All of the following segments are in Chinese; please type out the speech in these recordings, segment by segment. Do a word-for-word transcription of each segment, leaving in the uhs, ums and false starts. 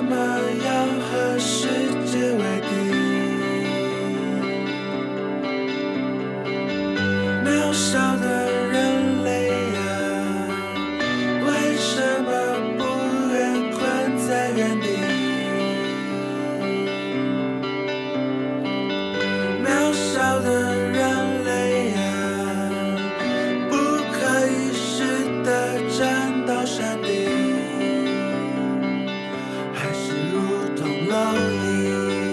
么要和世界为敌？渺小的人类啊，为什么不愿困在原地？渺小的人类啊，不可一世的站到山顶，还是如同蝼蚁。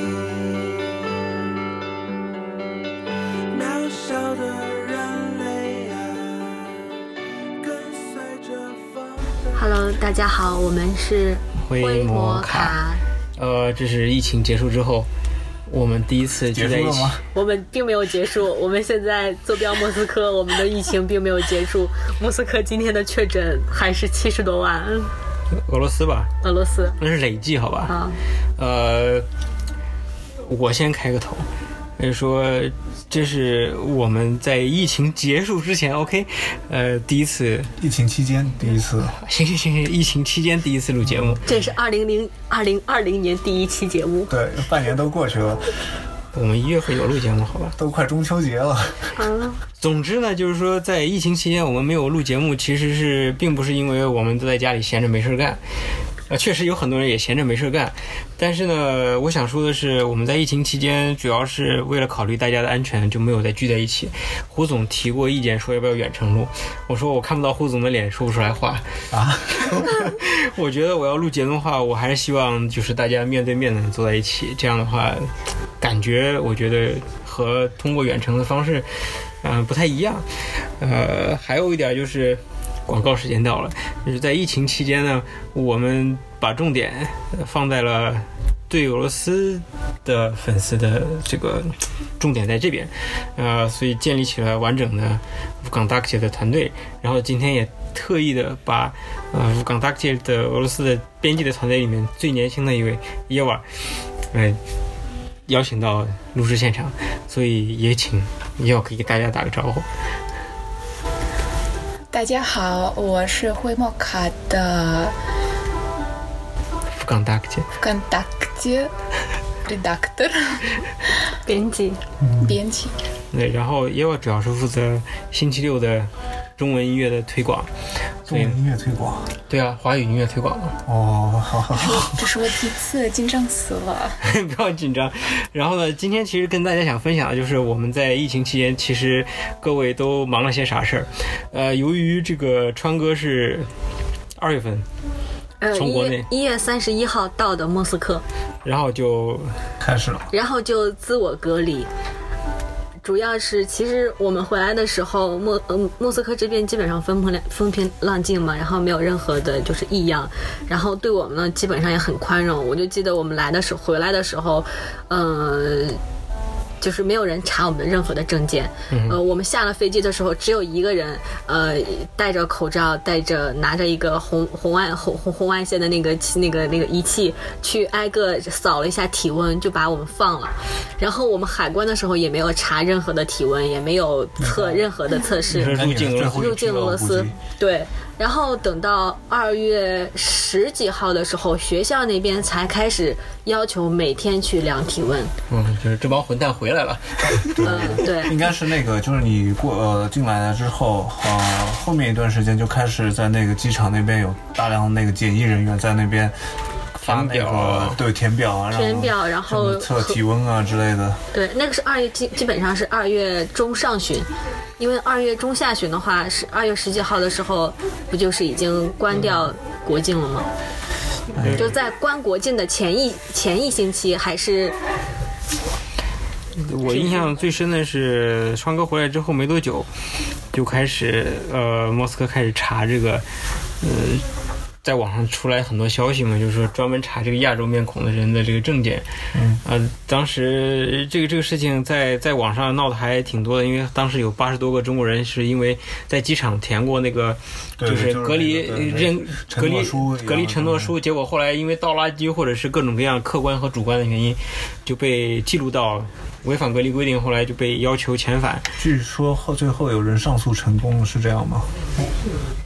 渺小的人类啊，跟随着风。 Hello， 大家好，我们是灰摩卡。呃，这是疫情结束之后，我们第一次聚在一起。 我们并没有结束，我们现在坐标莫斯科，我们的疫情并没有结束。莫斯科今天的确诊还是七十多万。 俄罗斯吧？ 俄罗斯。 那是累计，好吧？ 啊。 呃，我先开个头。就是说，这是我们在疫情结束之前 ，OK， 呃，第一次疫情期间第一次， 行行行行，疫情期间第一次录节目， 这是二零零二零二零年第一期节目， 对，半年都过去了， 我们一月份有录节目，好吧？ 都快中秋节了。 嗯。 总之呢，就是说，在疫情期间我们没有录节目，其实是并不是因为我们都在家里闲着没事干。呃，确实有很多人也闲着没事干，但是呢，我想说的是，我们在疫情期间主要是为了考虑大家的安全，就没有再聚在一起。胡总提过意见，说要不要远程录，我说我看不到胡总的脸，说不出来话啊。 我觉得我要录节目的话，我还是希望就是大家面对面的坐在一起，这样的话，感觉我觉得和通过远程的方式，嗯、呃，不太一样。呃，还有一点就是。广告时间到了，就是在疫情期间呢，我们把重点放在了对俄罗斯的粉丝的这个重点在这边，呃，所以建立起了完整的Vkontakte的团队，然后今天也特意的把呃Vkontakte的俄罗斯的编辑的团队里面最年轻的一位耶瓦，呃，邀请到录制现场，所以也请耶瓦可以给大家打个招呼。 大家好，我是灰摩卡的 Vkontakte Vkontakte redactor 编辑编辑。 对，然后耶瓦主要是负责星期六的中文音乐的推广。 中文音乐推广？ 对啊，华语音乐推广嘛。 哦，好好好。 这是我第一次，紧张死了。 不要紧张。然后呢，今天其实跟大家想分享的就是我们在疫情期间，其实各位都忙了些啥事儿。呃，由于这个川哥是二月份。 呃， 从国内一月三十一号到的莫斯科， 然后就开始了， 然后就自我隔离。主要是，其实我们回来的时候，莫呃莫斯科这边基本上风平风平浪静嘛，然后没有任何的就是异样，然后对我们呢基本上也很宽容。我就记得我们来的时候，回来的时候，呃。就是没有人查我们的任何的证件， 嗯、 呃，我们下了飞机的时候，只有一个人，呃，戴着口罩，戴着拿着一个红红外红红红外线的那个那个那个仪器，去挨个扫了一下体温，就把我们放了。然后我们海关的时候也没有查任何的体温，也没有测任何的测试。 入境入境俄罗斯，对。然后等到二月十几号的时候，学校那边才开始要求每天去量体温。 嗯，就是这帮混蛋回来了。 嗯，对， 应该是那个，就是你过呃进来了之后，呃，后面一段时间就开始在那个机场那边有大量的那个检疫人员在那边发那个对填表啊， 填表，然后测体温啊之类的。 对，那个是二月基基本上是二月中上旬。因为二月中下旬的话，是二月十几号的时候，不就是已经关掉国境了吗？嗯、就在关国境的前一前一星期，还是我印象最深的是川哥回来之后没多久，就开始呃，莫斯科开始查这个呃。在网上出来很多消息嘛，就是说专门查这个亚洲面孔的人的这个证件。嗯，呃，当时这个这个事情在在网上闹得还挺多的，因为当时有八十多个中国人是因为在机场填过那个就是隔离认隔离隔离承诺书，结果后来因为倒垃圾或者是各种各样客观和主观的原因，就被记录到违反隔离规定，后来就被要求遣返。 据说后最后有人上诉成功了，是这样吗？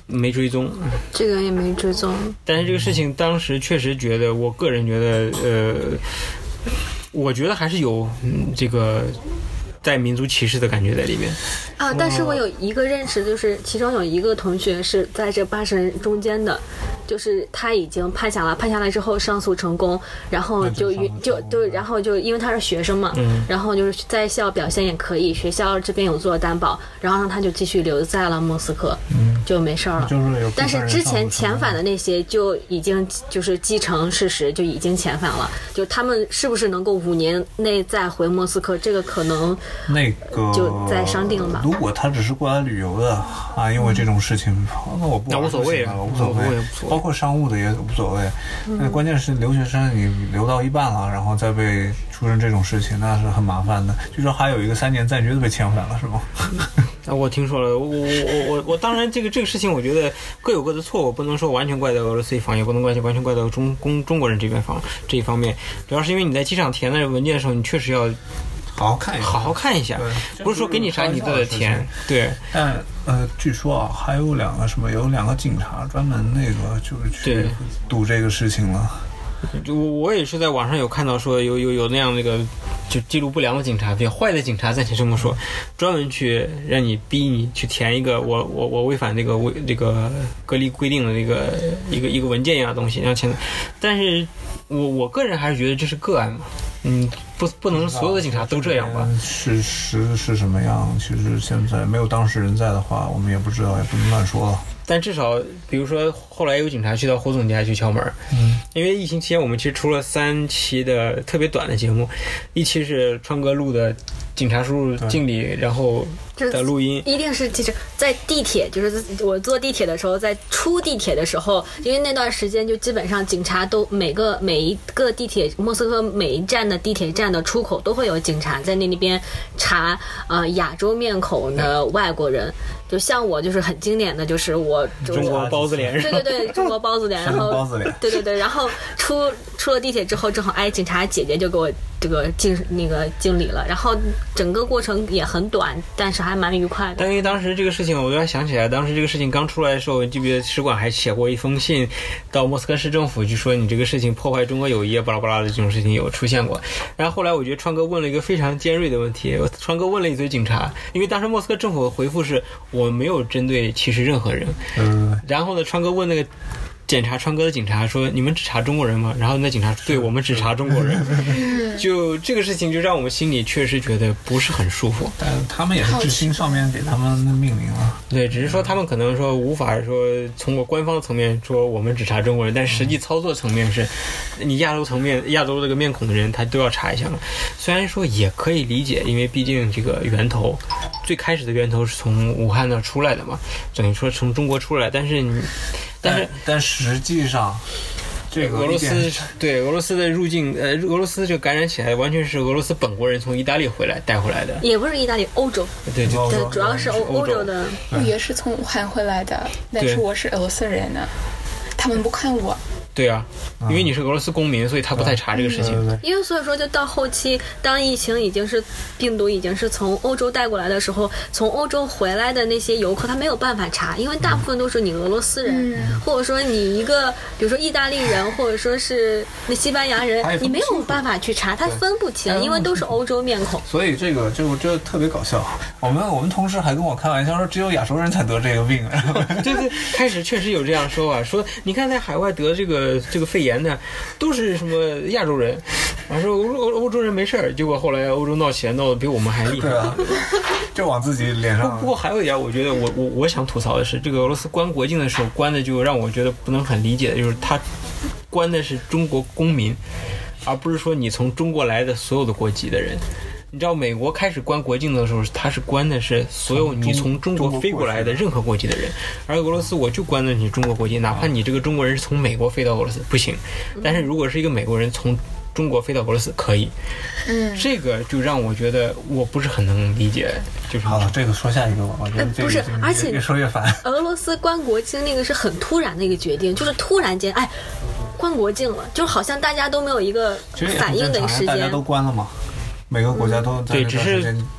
没追踪， 这个也没追踪。 但是这个事情当时确实觉得，我个人觉得，呃，我觉得还是有嗯这个带民族歧视的感觉在里面啊。但是我有一个认识，就是其中有一个同学是在这八十人中间的，就是他已经判下了，判下来之后上诉成功，然后就就就然后就因为他是学生嘛， 嗯， 然后就是在校表现也可以，学校这边有做担保，然后让他就继续留在了莫斯科， 嗯， 就没事了。 就是有， 但是之前遣返的那些就已经就是既成事实，就已经遣返了。就他们是不是能够五年内再回莫斯科，这个可能那个就再商定了吧。 如果他只是过来旅游的啊，因为这种事情，那我不那无所谓了，无所谓，包括商务的也无所谓。 嗯、 那关键是留学生，你留到一半了，然后再被出现这种事情，那是很麻烦的。据说还有一个三年暂居的被遣返了，是吗？ 啊，我听说了，我我我我我当然这个这个事情，我觉得各有各的错，我不能说完全怪在俄罗斯一方，也不能完全完全怪到中中中国人这边方这一方面，主要是因为你在机场填那文件的时候，你确实要好好看一下， 好好看一下，不是说给你啥你都得填。对， 但呃，据说啊，还有两个什么，有两个警察专门那个就是去堵这个事情了。 我我也是在网上有看到说有有有那样那个就记录不良的警察，比较坏的警察，暂且这么说，专门去让你逼你去填一个我我我违反这个违这个隔离规定的那个一个一个文件一样的东西，然后签。但是我我个人还是觉得这是个案嘛，嗯，不不能所有的警察都这样吧？ 事实是什么样？其实现在没有当事人在的话，我们也不知道，也不能乱说了。 但至少，比如说后来有警察去到胡总家去敲门， 嗯， 因为疫情期间我们其实出了三期的特别短的节目，一期是川哥录的警察叔叔敬礼，然后的录音， 一定是就是在地铁，就是我坐地铁的时候，在出地铁的时候，因为那段时间就基本上警察都每个每一个地铁莫斯科每一站的地铁站的出口都会有警察在那边查呃亚洲面孔的外国人。就像我就是很经典的就是我中国包子脸， 对对对，中国包子脸，然后包子脸， 对对对，然后出出了地铁之后，正好哎，警察姐姐就给我这个敬那个敬礼了，然后整个过程也很短，但是还蛮愉快的。 但因为当时这个事情，我突然想起来，当时这个事情刚出来的时候，记不记得使馆还写过一封信到莫斯科市政府，就说你这个事情破坏中俄友谊，巴拉巴拉的这种事情有出现过。然后后来我觉得川哥问了一个非常尖锐的问题，川哥问了一嘴警察，因为当时莫斯科政府的回复是我没有针对歧视任何人。 嗯， 然后呢，川哥问那个检查川哥的警察说：“你们只查中国人吗？”然后那警察说：“对，我们只查中国人。”就这个事情，就让我们心里确实觉得不是很舒服。 但他们也是执行上面给他们的命令了。 对，只是说他们可能说无法说从我官方层面说我们只查中国人，但实际操作层面是，你亚洲层面亚洲这个面孔的人他都要查一下嘛。虽然说也可以理解，因为毕竟这个源头最开始的源头是从武汉那出来的嘛，等于说从中国出来，但是你。但是， 但实际上，这个俄罗斯对俄罗斯的入境，呃，俄罗斯这个感染起来，完全是俄罗斯本国人从意大利回来带回来的， 也不是意大利，欧洲， 对对对，主要是欧欧洲的。 我也是从武汉回来的，但是我是俄罗斯人呢，他们不看我。 对啊，因为你是俄罗斯公民，所以他不太查这个事情。 嗯、因为所以说，就到后期，当疫情已经是病毒已经是从欧洲带过来的时候，从欧洲回来的那些游客，他没有办法查，因为大部分都是你俄罗斯人，嗯、或者说你一个，比如说意大利人，或者说是那西班牙人，你没有办法去查，他分不清，因为都是欧洲面孔。 所以这个就这特别搞笑。我们我们同事还跟我开玩笑说，只有亚洲人才得这个病。 对对，开始确实有这样说啊，说你看在海外得这个。这个肺炎呢，都是什么亚洲人，然后说欧欧欧洲人没事儿，结果后来欧洲闹起来，闹得比我们还厉害， 啊、就往自己脸上。 不过还有一点，我觉得我我我想吐槽的是，这个俄罗斯关国境的时候关的就让我觉得不能很理解的，就是他关的是中国公民，而不是说你从中国来的所有的国籍的人。你知道美国开始关国境的时候，他是关的是所有你从中国飞过来的任何国籍的人，而俄罗斯我就关的你中国国籍，哪怕你这个中国人是从美国飞到俄罗斯不行，但是如果是一个美国人从中国飞到俄罗斯可以，嗯，这个就让我觉得我不是很能理解。就是好了，这个说下一个吧，我觉得这个不是，而且越说越烦。 俄罗斯关国境那个是很突然的一个决定，就是突然间，哎，关国境了，就好像大家都没有一个反应的时间， 大家都关了嘛。每个国家都在对，只是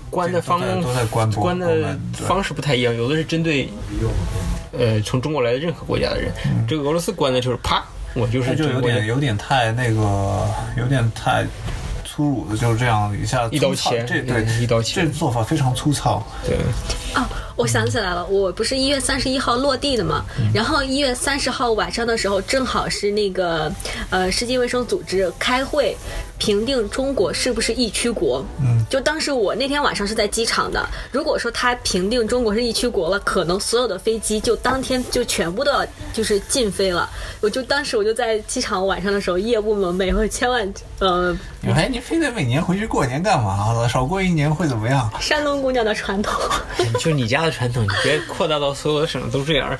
关的方都在关关的方式不太一样，有的是针对呃从中国来的任何国家的人，嗯、这个俄罗斯关的就是啪，我就是就有点有点太那个，有点太粗鲁的，就是这样一下一刀切， 这对、 嗯、一刀切， 这做法非常粗糙。 对。 哦，我想起来了，我不是一月三十一号落地的嘛，嗯、然后一月三十号晚上的时候，正好是那个呃世界卫生组织开会评定中国是不是疫区国。嗯，就当时我那天晚上是在机场的，如果说他评定中国是疫区国了，可能所有的飞机就当天就全部都要就是禁飞了。我就当时我就在机场晚上的时候夜不能寐，我千万呃， 哎，你非得每年回去过年干嘛？少过一年会怎么样？ 山东姑娘的传统。 就你家的传统，你别扩大到所有的省都这样。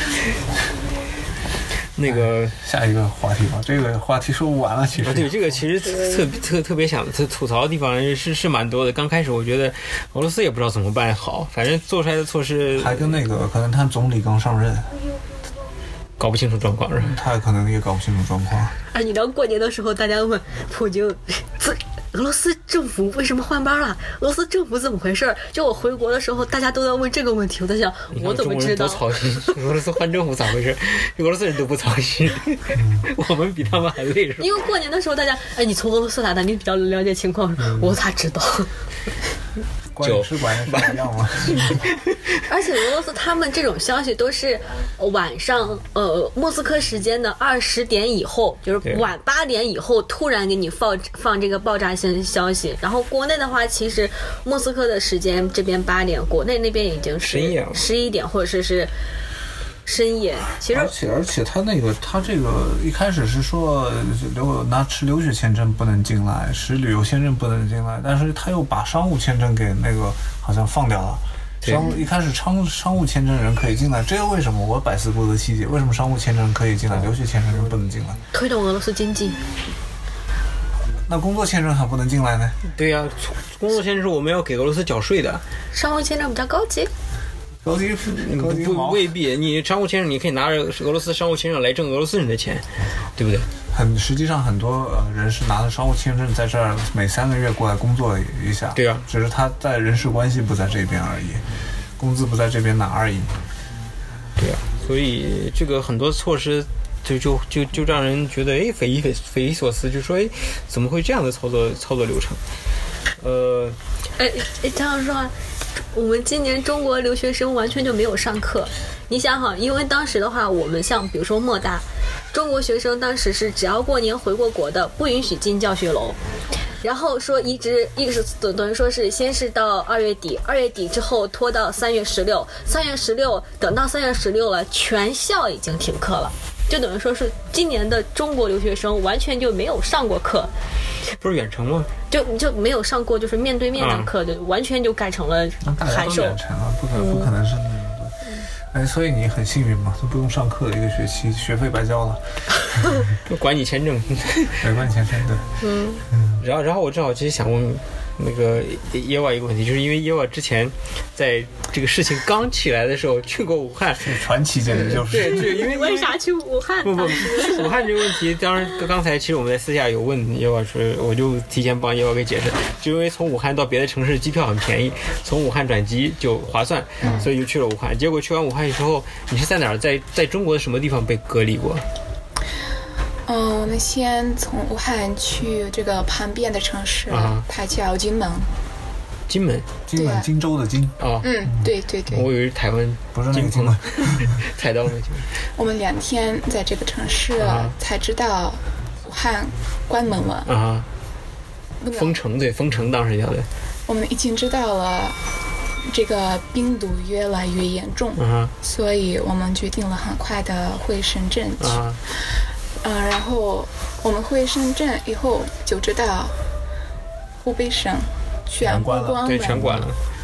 那个下一个话题吧，这个话题说不完了。其实、 啊、对这个其实特特特别想吐槽的地方是是蛮多的。刚开始我觉得俄罗斯也不知道怎么办好，反正做出来的措施还跟那个可能他总理刚上任， 搞不清楚状况是吧？ 他可能也搞不清楚状况。 哎，你知道过年的时候大家问普京，俄罗斯政府为什么换班了？俄罗斯政府怎么回事？就我回国的时候，大家都在问这个问题，我在想，我怎么知道？ 多操心！俄罗斯换政府咋回事？俄罗斯人都不操心，我们比他们还累是吧？ 因为过年的时候，大家哎，你从俄罗斯来的，你比较了解情况，嗯、我咋知道？ 关领事馆也是一样吗？ 而且俄罗斯他们这种消息都是晚上呃莫斯科时间的二十点以后，就是晚八点以后突然给你放放这个爆炸性消息。然后国内的话，其实莫斯科的时间这边八点，国内那边已经是十一点或者是是深夜。其实而且而且他那个他这个一开始是说留拿持留学签证不能进来，持旅游签证不能进来，但是他又把商务签证给那个好像放掉了。商务一开始商商务签证人可以进来，这个为什么我百思不得其解？为什么商务签证可以进来，留学签证人不能进来？ 推动俄罗斯经济。 那工作签证还不能进来呢？ 对呀、啊，工作签证是我们要给俄罗斯缴税的。 商务签证比较高级。 高级高级不未必，你商务签证你可以拿着俄罗斯商务签证来挣俄罗斯人的钱，对不对？ 很实际上很多呃人是拿着商务签证在这儿每三个月过来工作一下， 对啊， 只是他在人事关系不在这边而已，工资不在这边拿而已。 对啊，所以这个很多措施就就就就让人觉得哎匪夷匪匪夷所思，就说哎怎么会这样的操作操作流程？呃， 哎哎，这样说啊。我们今年中国留学生完全就没有上课，你想哈，因为当时的话，我们像比如说莫大，中国学生当时是只要过年回过国的，不允许进教学楼，然后说一直一直等等于说是先是到二月底，二月底之后拖到三月十六，三月十六等到三月十六了，全校已经停课了。就等于说是今年的中国留学生完全就没有上过课， 不是远程吗？ 就就没有上过就是面对面的课，就、嗯、完全就改成了函授。 远程啊，不可不可能是那样的。哎，所以你很幸运嘛，都不用上课的一个学期，学费白交了。 管你签证， 对，管你签证，对。 嗯。 然后，然后我正好其实想问那个耶娃一个问题，就是因为耶娃之前在这个事情刚起来的时候去过武汉， 传奇简直就是。 对，对，因为为啥去武汉？ 不不，武汉这个问题，当然刚才其实我们在私下有问耶娃说，我就提前帮耶娃给解释，就因为从武汉到别的城市机票很便宜，从武汉转机就划算，所以就去了武汉。结果去完武汉之后，你是在哪儿？在在中国的什么地方被隔离过？ 嗯，我们先从武汉去这个旁边的城市，啊、它叫金门。 金门， 金门，荆州的荆。 哦， 嗯，对对对。 我以为是台湾， 不是那个金门， 菜刀那个金门。 我们两天在这个城市、啊、才知道武汉关门了啊，封城，对，封城当时叫的。 我们已经知道了这个病毒越来越严重，啊、所以我们决定了很快的回深圳去。啊呃，然后我们回深圳以后就知道湖北省全关了， 对，全关了。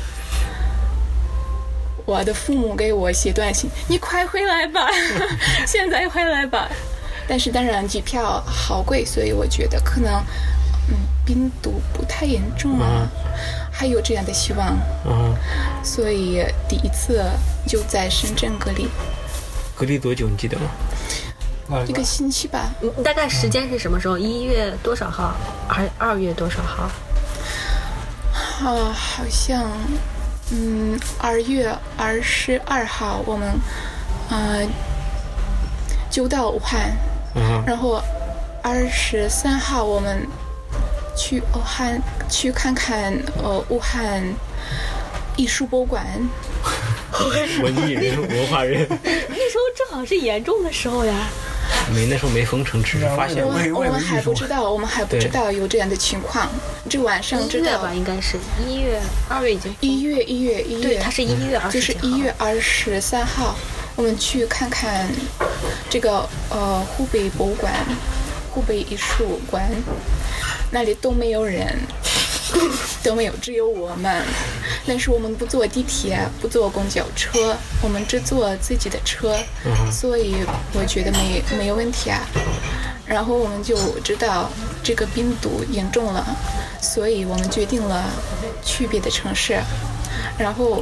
我的父母给我写短信：“你快回来吧，现在回来吧。”但是当然机票好贵，所以我觉得可能嗯病毒不太严重啊，嗯、还有这样的希望。嗯，所以第一次就在深圳隔离。 隔离多久？你记得吗？ 一个星期吧。 你大概时间是什么时候？一月多少号？还二月多少号？ 啊，好像嗯二月二十二号我们呃就到武汉， 嗯， 然后二十三号我们去武汉去看看呃武汉艺术博物馆。 文艺人、文化人， 那时候正好是严重的时候呀。 没那时候没封城，只是发现我们我们还不知道，我们还不知道有这样的情况。这晚上知道一月吧，应该是一月、二月已经一月一月一月， 对，它是一月二十， 就是一月二十三号，我们去看看这个呃湖北博物馆、湖北艺术馆，那里都没有人。都没有，只有我们。但是我们不坐地铁，不坐公交车，我们只坐自己的车， 嗯、 所以我觉得没没有问题啊。然后我们就知道这个病毒严重了，所以我们决定了去别的城市。然后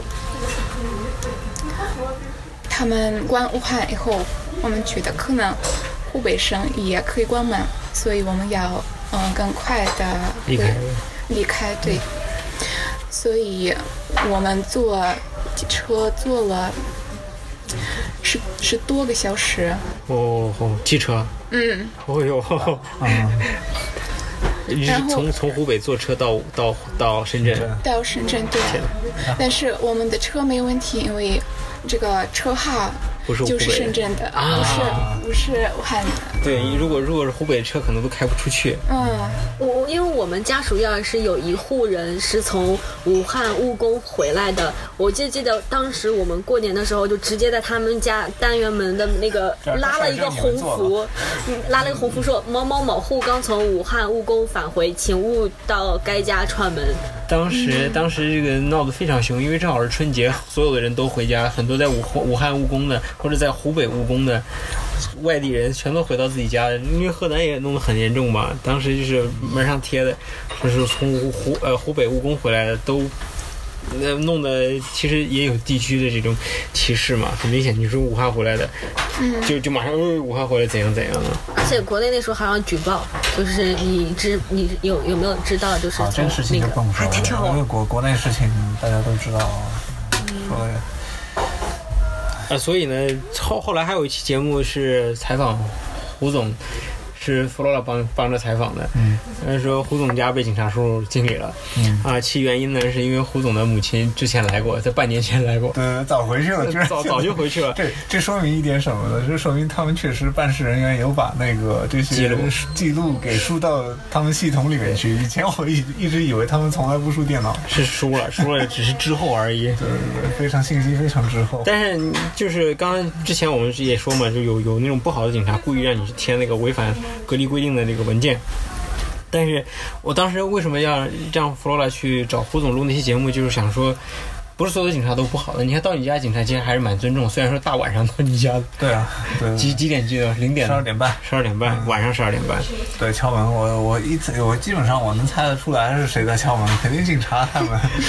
他们关武汉以后，我们觉得可能湖北省也可以关门，所以我们要嗯、呃、更快的离开。 离开，对，所以我们坐车坐了十十多个小时。 哦哦，汽车。 嗯。 哦哟。 嗯。 你是从从湖北坐车到到到深圳？ 到深圳，对。但是我们的车没有问题，因为这个车号不是就是深圳的， 啊、 不是不是武汉的。 对，如果如果是湖北的车，可能都开不出去。 嗯， 我因为我们家属要是有一户人是从武汉务工回来的，我就记得当时我们过年的时候，就直接在他们家单元门的那个拉了一个红符，拉了一个红符说某某某户刚从武汉务工返回，请勿到该家串门。 当时当时这个闹得非常凶，因为正好是春节，所有的人都回家，很多在武武汉务工的或者在湖北务工的外地人全都回到自己家，因为河南也弄得很严重嘛。当时就是门上贴的，就是从湖呃湖北务工回来的都。那弄的其实也有地区的这种歧视嘛，很明显。你说武汉回来的， 嗯、 就就马上、呃、武汉回来怎样怎样的。 而且国内那时候还要举报，就是你知你有有没有知道，就是从、那个、 这个事情就不用说了，因为国国内事情大家都知道。说的。 啊，所以呢，后后来还有一期节目是采访胡总。是弗罗拉帮帮着采访的， 嗯， 他说胡总家被警察叔叔经理了， 嗯啊，其原因呢是因为胡总的母亲之前来过，在半年前来过， 对，早回去了，居然早早就回去了。 这这说明一点什么呢？这说明他们确实办事人员有把那个这些记录记录给输到他们系统里面去。以前我一一直以为他们从来不输电脑， 是输了，输了，只是滞后而已。 对对对，非常信息非常滞后。 但是就是刚刚之前我们也说嘛，就有有那种不好的警察故意让你去填那个违反隔离规定的那个文件。但是我当时为什么要让弗罗拉去找胡总录那些节目，就是想说不是所有的警察都不好的。你看到你家警察其实还是蛮尊重，虽然说大晚上到你家， 对啊，对， 几几点记得？零点？ 十二点半， 十二点半，嗯、晚上十二点半。 对，敲门，我我一我基本上我能猜得出来是谁在敲门，肯定警察他们。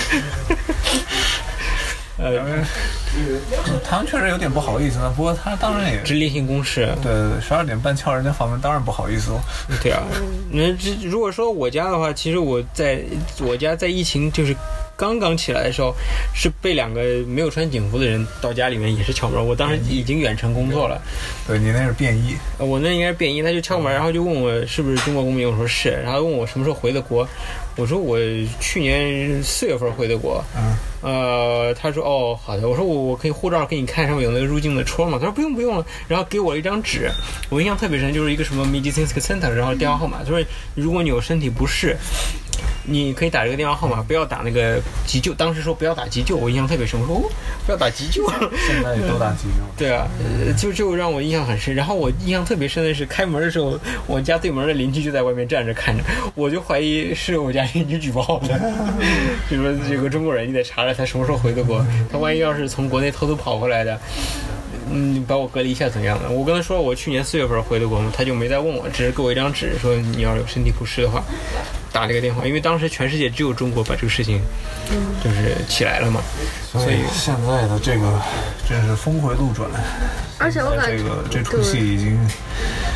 呃，他们确实有点不好意思呢。不过他当然也是例行公事。 对，十二点半敲人家房门，当然不好意思哦。 对啊，那这如果说我家的话，其实我在我家在疫情就是刚刚起来的时候，是被两个没有穿警服的人到家里面也是敲门。我当时已经远程工作了。 对，你那是便衣。 我那应该是便衣，他就敲门，然后就问我是不是中国公民，我说是，然后问我什么时候回的国，我说我去年四月份回的国。 嗯。 呃，他说哦好的，我说我我可以护照给你看，上面有那个入境的戳嘛，他说不用不用了，然后给我了一张纸，我印象特别深，就是一个什么 Medicine Center， 然后电话号码，他说如果你有身体不适，你可以打这个电话号码，不要打那个急救，当时说不要打急救，我印象特别深，我说、哦、不要打急救， 现在也都打急救。 对啊，呃、就就让我印象很深。然后我印象特别深的是开门的时候，我家对门的邻居就在外面站着看着，我就怀疑是我家邻居举报的，就说有个中国人，你得查查他什么时候回的国，他万一要是从国内偷偷跑回来的。嗯，把我隔离一下怎样的？我跟他说我去年四月份回的国嘛，他就没再问我，只是给我一张纸，说你要有身体不适的话，打这个电话。因为当时全世界只有中国把这个事情，就是起来了嘛， 所以, 所以现在的这个真是峰回路转。 而且我感觉这个这出戏已经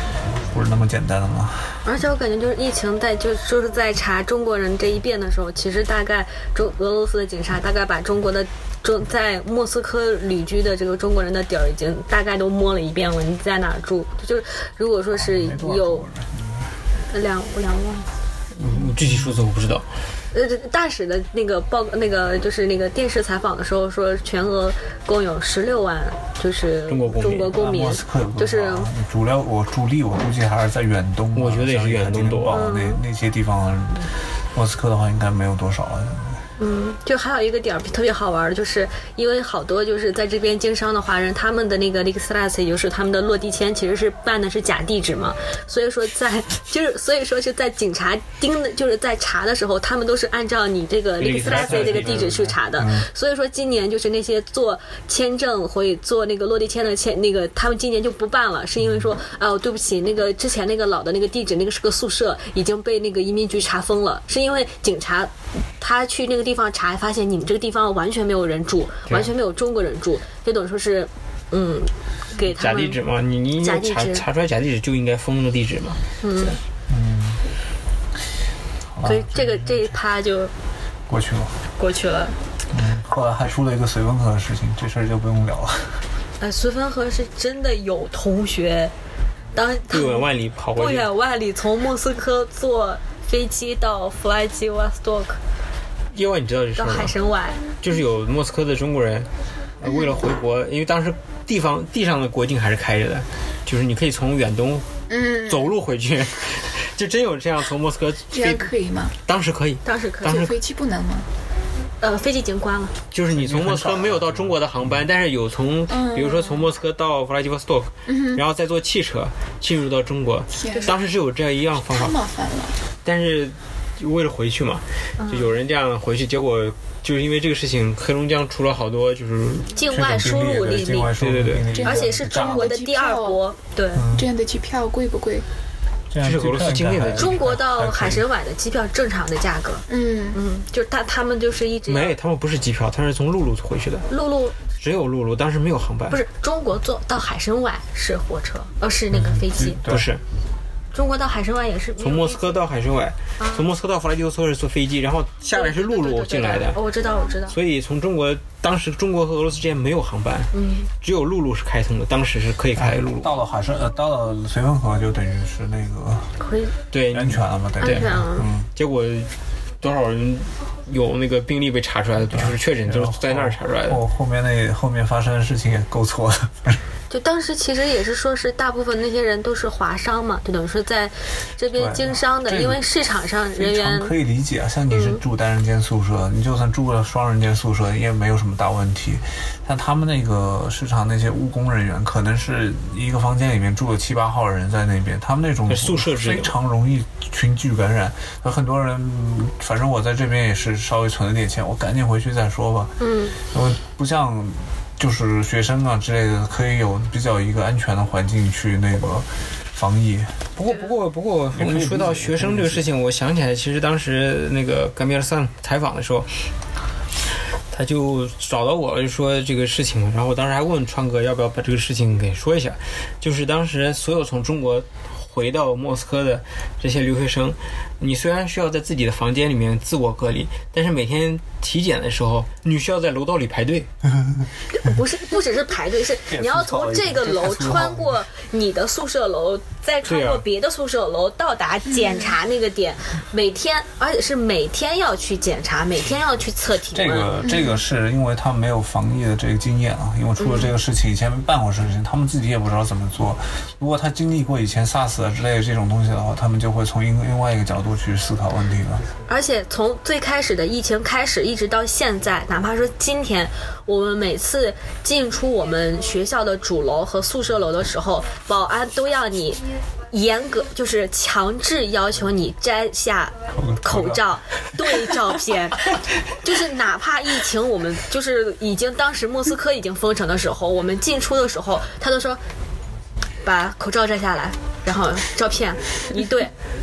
不是那么简单的嘛。 而且我感觉就是疫情在就就是在查中国人这一遍的时候，其实大概中俄罗斯的警察大概把中国的中在莫斯科旅居的这个中国人的底儿已经大概都摸了一遍了。你在哪儿住？就是如果说是有两两万， 嗯，具体数字我不知道。 呃，大使的那个报那个就是那个电视采访的时候说，全俄共有十六万，就是中国公民中国公民， 莫斯科有多少就是主要我主力我估计还是在远东啊， 我觉得也是远东多像那那些地方，莫斯科的话应该没有多少啊。 嗯，就还有一个点儿特别好玩的，就是因为好多就是在这边经商的华人，他们的那个 Legislas， 也就是他们的落地签，其实是办的是假地址嘛。所以说在就是所以说是在警察盯的，就是在查的时候，他们都是按照你这个 Legislas 这个地址去查的。所以说今年就是那些做签证会做那个落地签的签那个，他们今年就不办了，是因为说哦对不起，那个之前那个老的那个地址那个是个宿舍，已经被那个移民局查封了，是因为警察他去那个地方查，发现你们这个地方完全没有人住，完全没有中国人住，就等于说是，嗯，给他们假地址嘛，你你查查出来假地址就应该封那个地址嘛。 嗯嗯， 所以这个这一趴就过去了， 过去了。 嗯，后来还出了一个绥芬河的事情，这事儿就不用聊了。 哎，绥芬河是真的有同学，当不远万里跑过去， 不远万里从莫斯科坐飞机到弗莱基沃斯托克。 因为你知道这事到吗？ 海参崴， 就是有莫斯科的中国人，呃、为了回国，因为当时地方地上的国境还是开着的，就是你可以从远东嗯走路回去，就真有这样从莫斯科这样可以吗？ 当时可以， 当时可以， 当时坐飞机不能吗？ 呃，飞机已经关了。 就是你从莫斯科没有到中国的航班，但是有从，比如说从莫斯科到弗拉基沃斯托克， 嗯、 然后再坐汽车进入到中国。当时是有这样一样方法， 太麻烦了。 但是为了回去嘛，就有人这样回去，结果就是因为这个事情，黑龙江出了好多就是境外输入令， 对对对， 而且是中国的第二波。对， 这样的机票贵不贵？ 这是俄罗斯境内的， 中国到海参崴的机票正常的价格。 嗯嗯，就是他他们就是一直没，他们不是机票，他是从陆路回去的。 陆路只有陆路，当时没有航班。 不是中国坐到海参崴是火车，呃是那个飞机， 不是。 中国到海参崴也是从莫斯科到海参崴，啊、从莫斯科到弗拉基沃斯托克是坐飞机，然后下来是陆路进来的。 哦，我知道，我知道。 所以从中国，当时中国和俄罗斯之间没有航班， 嗯， 只有陆路是开通的，当时是可以开陆路。 到了海参，呃，到了绥芬河就等于是那个可以对安全了嘛？对， 安全了。 嗯， 结果多少人有那个病例被查出来的，就是确诊就是在那儿查出来的。 后后面那后面发生的事情也够错的。 就当时其实也是说是大部分那些人都是华商嘛，就等于说在这边经商的，因为市场上人员可以理解啊。像你是住单人间宿舍，嗯、你就算住了双人间宿舍也没有什么大问题。像他们那个市场那些务工人员，可能是一个房间里面住了七八号人在那边，他们那种宿舍非常容易群聚感染。有很多人，反正我在这边也是稍微存了点钱，我赶紧回去再说吧。 嗯， 因为不像。就是学生啊之类的，可以有比较一个安全的环境去那个防疫。 不过，不过，不过，我们说到学生这个事情，我想起来，其实当时那个甘米尔桑采访的时候，他就找到我就说这个事情，然后我当时还问川哥要不要把这个事情给说一下，就是当时所有从中国回到莫斯科的这些留学生，你虽然需要在自己的房间里面自我隔离，但是每天体检的时候，你需要在楼道里排队。 不是，不只是排队，是你要从这个楼穿过你的宿舍楼，再穿过别的宿舍楼，到达检查那个点。每天，而且是每天要去检查，每天要去测体温。 这个这个是因为他们没有防疫的这个经验啊，因为出了这个事情，以前没办过事情，他们自己也不知道怎么做。如果他经历过以前 SARS 之类的这种东西的话，他们就会从另另外一个角度去思考问题了。 而且从最开始的疫情开始，一直到现在，哪怕说今天，我们每次进出我们学校的主楼和宿舍楼的时候，保安都要你严格，就是强制要求你摘下口罩对照片。就是哪怕疫情，我们就是已经当时莫斯科已经封城的时候，我们进出的时候，他都说把口罩摘下来，然后照片一对。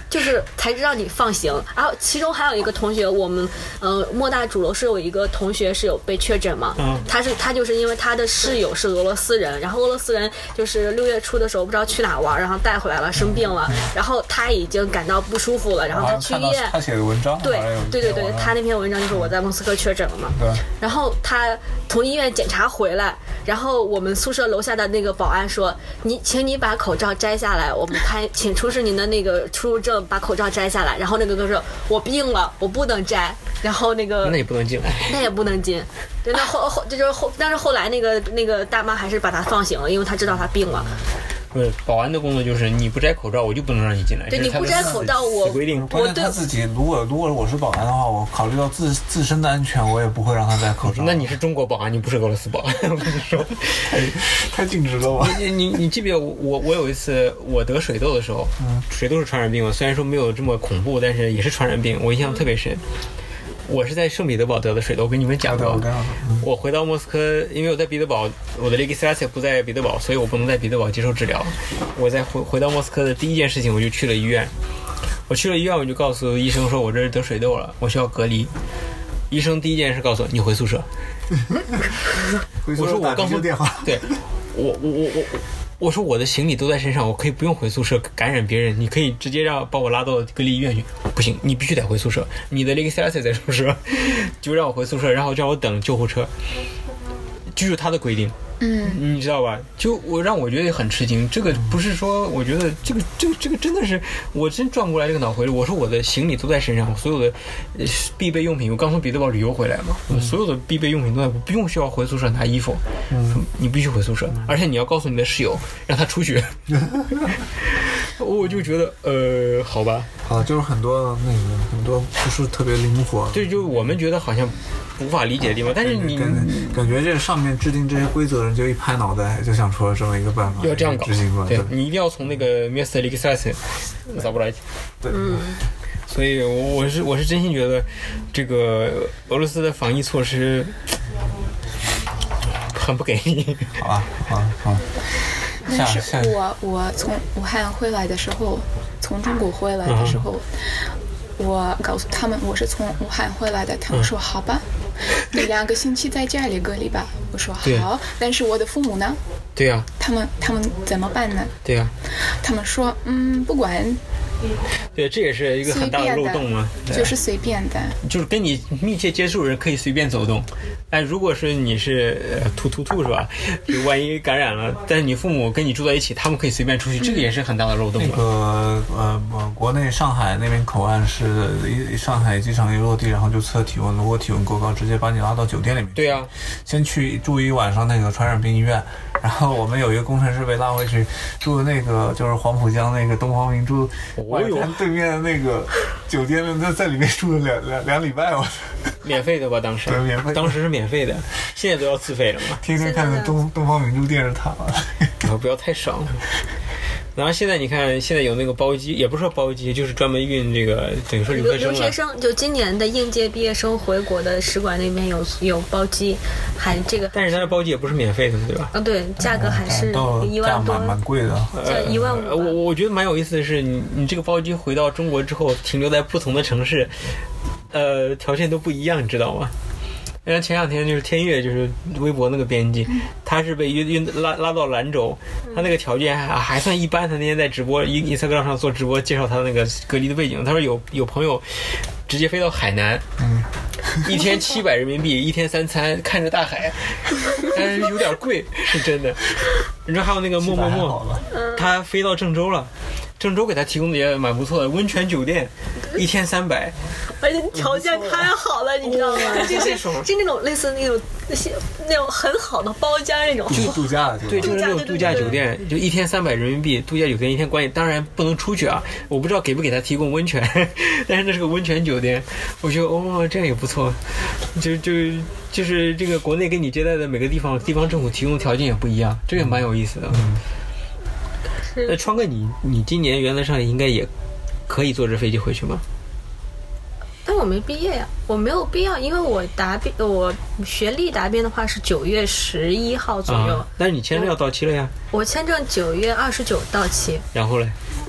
就是才知道你放行。然后其中还有一个同学，我们呃莫大主楼是有一个同学是有被确诊嘛， 嗯他是他就是因为他的室友是俄罗斯人，然后俄罗斯人就是六月初的时候不知道去哪玩，然后带回来了生病了，然后他已经感到不舒服了，然后他去医院。 他写的文章， 对对对对，他那篇文章就是我在莫斯科确诊了嘛。 对。 然后他从医院检查回来，然后我们宿舍楼下的那个保安说：“你，请你把口罩摘下来，我们看，请出示您的那个出入证，把口罩摘下来。”然后那个哥说：“我病了，我不能摘。”然后那个那也不能进来， 那也不能进。对，那后后这就是后，但是后来那个那个大妈还是把他放行了，因为他知道他病了。 不是，保安的工作就是你不摘口罩，我就不能让你进来。 对，你不摘口罩，我规定。 我对他自己，如果如果我是保安的话，我考虑到自自身的安全，我也不会让他戴口罩。 那你是中国保安，你不是俄罗斯保安，我跟你说， 太太尽职了吧？ 你你你记不记得我我有一次我得水痘的时候，嗯，水痘是传染病嘛，虽然说没有这么恐怖，但是也是传染病，我印象特别深。我是在圣彼得堡得的水痘，我跟你们讲过。我回到莫斯科，因为我在彼得堡，我的 legislature 不在彼得堡，所以我不能在彼得堡接受治疗。我在回回到莫斯科的第一件事情，我就去了医院。我去了医院，我就告诉医生说，我这是得水痘了，我需要隔离。医生第一件事告诉我，你回宿舍。我说我告诉电话， 对，我我我我。我说我的行李都在身上，我可以不用回宿舍感染别人，你可以直接让把我拉到隔离医院去。不行，你必须得回宿舍，你的 legislature 在宿舍，就让我回宿舍，然后让我等救护车，就是他的规定。 嗯， 你知道吧？就我让我觉得很吃惊，这个不是说，我觉得这个这个这个真的是，我真转不过来这个脑回路。我说我的行李都在身上，所有的呃必备用品，我刚从彼得堡旅游回来嘛，嗯、所有的必备用品都在，我不用需要回宿舍拿衣服，嗯，你必须回宿舍，而且你要告诉你的室友，让他出去。我就觉得，呃，好吧， 啊，就是很多那个很多不是特别灵活， 对，就我们觉得好像无法理解的地方，但是你感感觉这上面制定这些规则的人就一拍脑袋就想出了这么一个办法， 要这样搞， 执行过来， 对，你一定要从那个 Mister Legislature 找不来， 对， 嗯。 所以我是我是真心觉得，这个俄罗斯的防疫措施很不给力。 好吧，好好。 但是我我从武汉回来的时候，从中国回来的时候，嗯、我告诉他们我是从武汉回来的，他们说、嗯、好吧，你两个星期在家里隔离吧。我说好，但是我的父母呢？ 对呀、啊， 他们他们怎么办呢？ 对呀、啊， 他们说嗯，不管。 对，这也是一个很大的漏洞嘛， 就是随便的， 就是跟你密切接触人可以随便走动，但如果是你是突突突是吧？就万一感染了，但是你父母跟你住在一起，他们可以随便出去，这个也是很大的漏洞。 那个呃，国内上海那边口岸是一上海机场一落地，然后就测体温，如果体温够高，直接把你拉到酒店里面。 对呀、啊， 先去住一晚上那个传染病医院，然后我们有一个工程师被拉回去住那个就是黄浦江那个东方明珠。外滩对面的那个酒店，在在里面住了两两两礼拜，我免费的吧？当时， 对，免费， 当时是免费的，现在都要自费了嘛。 天天看着东东方明珠电视塔了， 然后不要太少。然后现在你看，现在有那个包机，也不是说包机，就是专门运这个，等于说留学生了。 留学生就今年的应届毕业生回国的使馆那边有有包机，还这个。 但是它的包机也不是免费的，对吧？ 啊，对，价格还是一万多， 蛮蛮贵的， 呃，一万五。 我我觉得蛮有意思的是，你你这个包机回到中国之后，停留在不同的城市，呃，条件都不一样，你知道吗？像前两天就是天悦，就是微博那个编辑，他是被运运拉拉到兰州，他那个条件还还算一般。他那天在直播，Instagram上做直播，介绍他那个隔离的背景。他说有有朋友直接飞到海南，嗯，一天七百人民币，一天三餐，看着大海，但是有点贵，是真的。你知道还有那个默默默，他飞到郑州了。郑州给他提供的也蛮不错的，温泉酒店一天三百， 而且条件太好了，你知道吗？就是就那种类似那种那些那种很好的包间那种， 就是度假的， 对，就是那种度假酒店，就一天三百人民币，度假酒店一天关你，当然不能出去啊，我不知道给不给他提供温泉，但是那是个温泉酒店，我觉得哦这样也不错，就就就是这个国内给你接待的每个地方地方政府提供的条件也不一样，这个蛮有意思的。嗯，那川哥你，你你今年原则上应该也可以坐这飞机回去吗？ 但我没毕业呀，我没有必要，因为我答辩，我学历答辩的话是九月十一号左右、 啊，但是你签证要到期了呀。 我签证九月二十九到期。 然后嘞？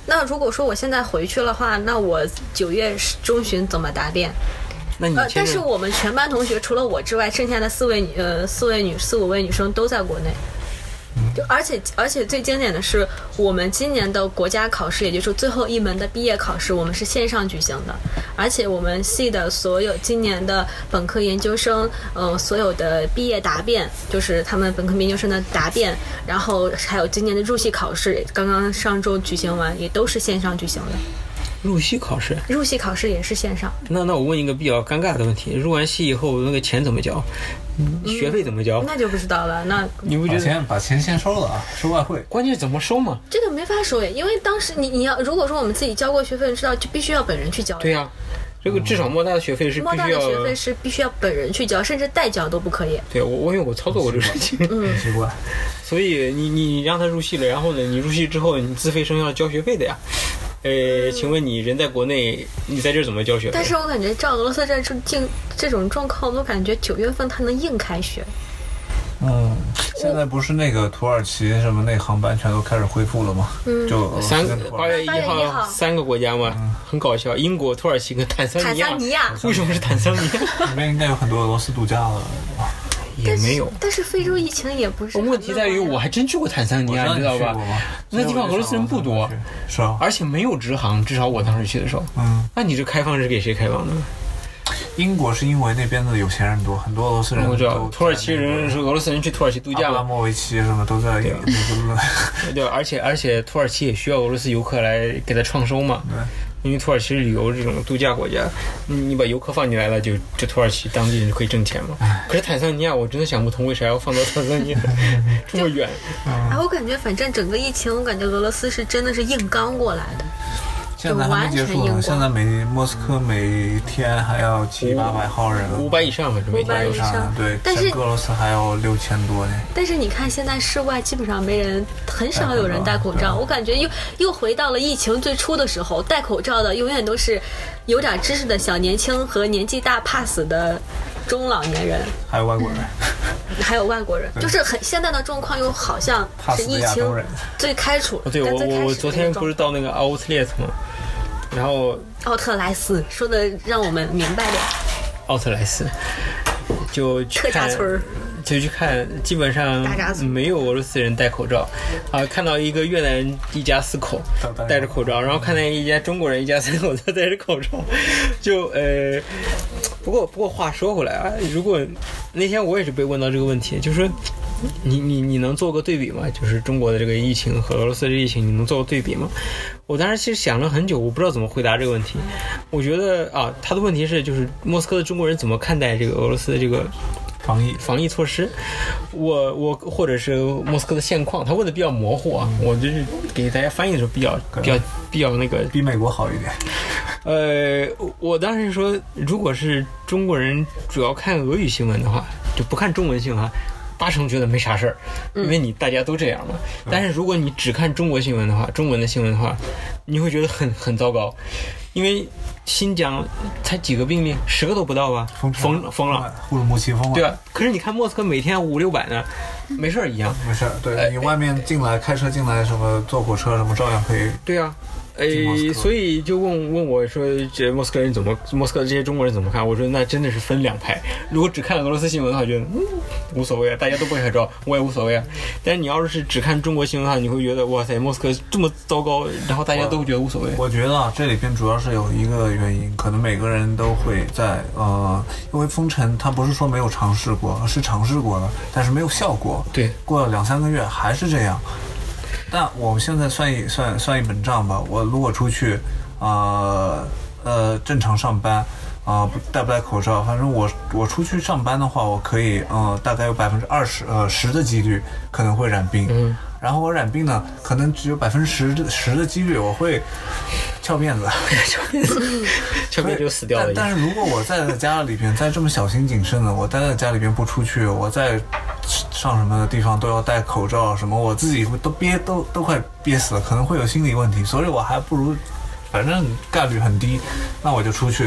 那如果说我现在回去的话，那我九月中旬怎么答辩？呃， 那你签证但是我们全班同学除了我之外，剩下的四位女呃四位女四五位女生都在国内。就而且而且最经典的是，我们今年的国家考试，也就是最后一门的毕业考试，我们是线上举行的。而且我们系的所有今年的本科研究生，呃，所有的毕业答辩，就是他们本科研究生的答辩，然后还有今年的入系考试，刚刚上周举行完，也都是线上举行的。 入系考试， 入系考试也是线上。 那那我问一个比较尴尬的问题：入完系以后，那个钱怎么交？学费怎么交？ 那就不知道了。那你不觉得？ 把钱把钱先收了啊，收外汇。 关键是怎么收嘛？ 这个没法收耶，因为当时你你要如果说我们自己交过学费，知道就必须要本人去交。 对呀、啊，这个至少莫大的学费是必莫大须要。 的学费是必须要本人去交，甚至代交都不可以。 对我我因为我操作过这个事情， 嗯， 习惯。 所以你你让他入系了，然后呢，你入系之后你自费生要交学费的呀。呃，请问你人在国内，你在这儿怎么交学费？ 但是我感觉照俄罗斯这这这这种状况，我感觉九月份他能硬开学。 嗯，现在不是那个土耳其什么那个航班全都开始恢复了吗？嗯，就俄罗斯三跟土八月一耳其八月一号号三个国家嘛， 嗯很搞笑。英国、土耳其跟坦桑坦尼亚。 桑尼亚为什么是坦桑尼亚？ 那边应该有很多俄罗斯度假了。 也没有。 但是非洲疫情也不是很乐观呀。 问题在于，我还真去过坦桑尼亚，你知道吧？那地方俄罗斯人不多， 是啊， 而且没有直航，至少我当时去的时候。 嗯， 那你这开放是给谁开放的？ 英国是因为那边的有钱人多，很多俄罗斯人。 我知道，土耳其人是俄罗斯人去土耳其度假嘛？ 阿布拉莫维奇什么都在那个。 对，而且而且土耳其也需要俄罗斯游客来给他创收嘛。 对。 因为土耳其是旅游这种度假国家，你把游客放进来了，就这土耳其当地人就可以挣钱嘛。可是坦桑尼亚，我真的想不通为啥要放到坦桑尼亚这么远。 啊，我感觉反正整个疫情，我感觉俄罗斯是真的是硬刚过来的。 现在还没结束呢，现在每莫斯科每天还要七八百号人， 五百以上反正每天以上。 对， 但是俄罗斯还有六千多呢。 但是你看，现在室外基本上没人，很少有人戴口罩。我感觉又又回到了疫情最初的时候，戴口罩的永远都是有点知识的小年轻和年纪大怕死的中老年人， 还有外国人， 还有外国人，就是很现在的状况又好像是疫情最开始。 对我我我昨天不是到那个奥特莱斯吗？然后奥特莱斯说的让我们明白点。 奥特莱斯就去看， 特扎村就去看，基本上没有俄罗斯人戴口罩啊。看到一个越南人一家四口戴着口罩，然后看到一家中国人一家三口都戴着口罩，就呃，不过不过话说回来啊，如果那天我也是被问到这个问题，就是说你你你能做个对比吗？就是中国的这个疫情和俄罗斯的疫情，你能做个对比吗？我当时其实想了很久，我不知道怎么回答这个问题。我觉得啊，他的问题是就是莫斯科的中国人怎么看待这个俄罗斯的这个防疫防疫措施？我我或者是莫斯科的现况，他问的比较模糊啊，我就是给大家翻译的时候比较比较比较那个比美国好一点。 呃，我当时说，如果是中国人主要看俄语新闻的话，就不看中文新闻啊。八成觉得没啥事儿，因为你大家都这样嘛。嗯、但是如果你只看中国新闻的话，中文的新闻的话，你会觉得很很糟糕，因为新疆才几个病例，十个都不到吧？ 封封封了， 乌鲁木齐封了， 对吧？可是你看莫斯科每天五六百呢，没事儿一样。 没事儿，对、呃、你外面进来开车进来什么坐火车什么照样可以。 对啊。呃，所以就问问我说，这莫斯科人怎么，莫斯科这些中国人怎么看？我说那真的是分两派。如果只看俄罗斯新闻的话，觉得嗯无所谓啊，大家都不拍照，我也无所谓啊。但是你要是只看中国新闻的话，你会觉得哇塞，莫斯科这么糟糕，然后大家都觉得无所谓。 我, 我觉得啊，这里边主要是有一个原因，可能每个人都会在呃，因为封城，他不是说没有尝试过，是尝试过了，但是没有效果。 对，过了两三个月还是这样。但我们现在算一算算一本账吧，我如果出去，呃呃正常上班，啊、呃、戴不戴口罩，反正我我出去上班的话，我可以呃大概有百分之二十呃十的几率可能会染病， 嗯， 然后我染病呢，可能只有百分之十十的几率我会翘辫子， 翘辫子，翘辫子就死掉了。 但, 但是如果我在家里边再这么小心谨慎的，我待在家里边不出去，我在上什么的地方都要戴口罩，什么我自己都憋都都快憋死了，可能会有心理问题，所以我还不如，反正概率很低，那我就出去好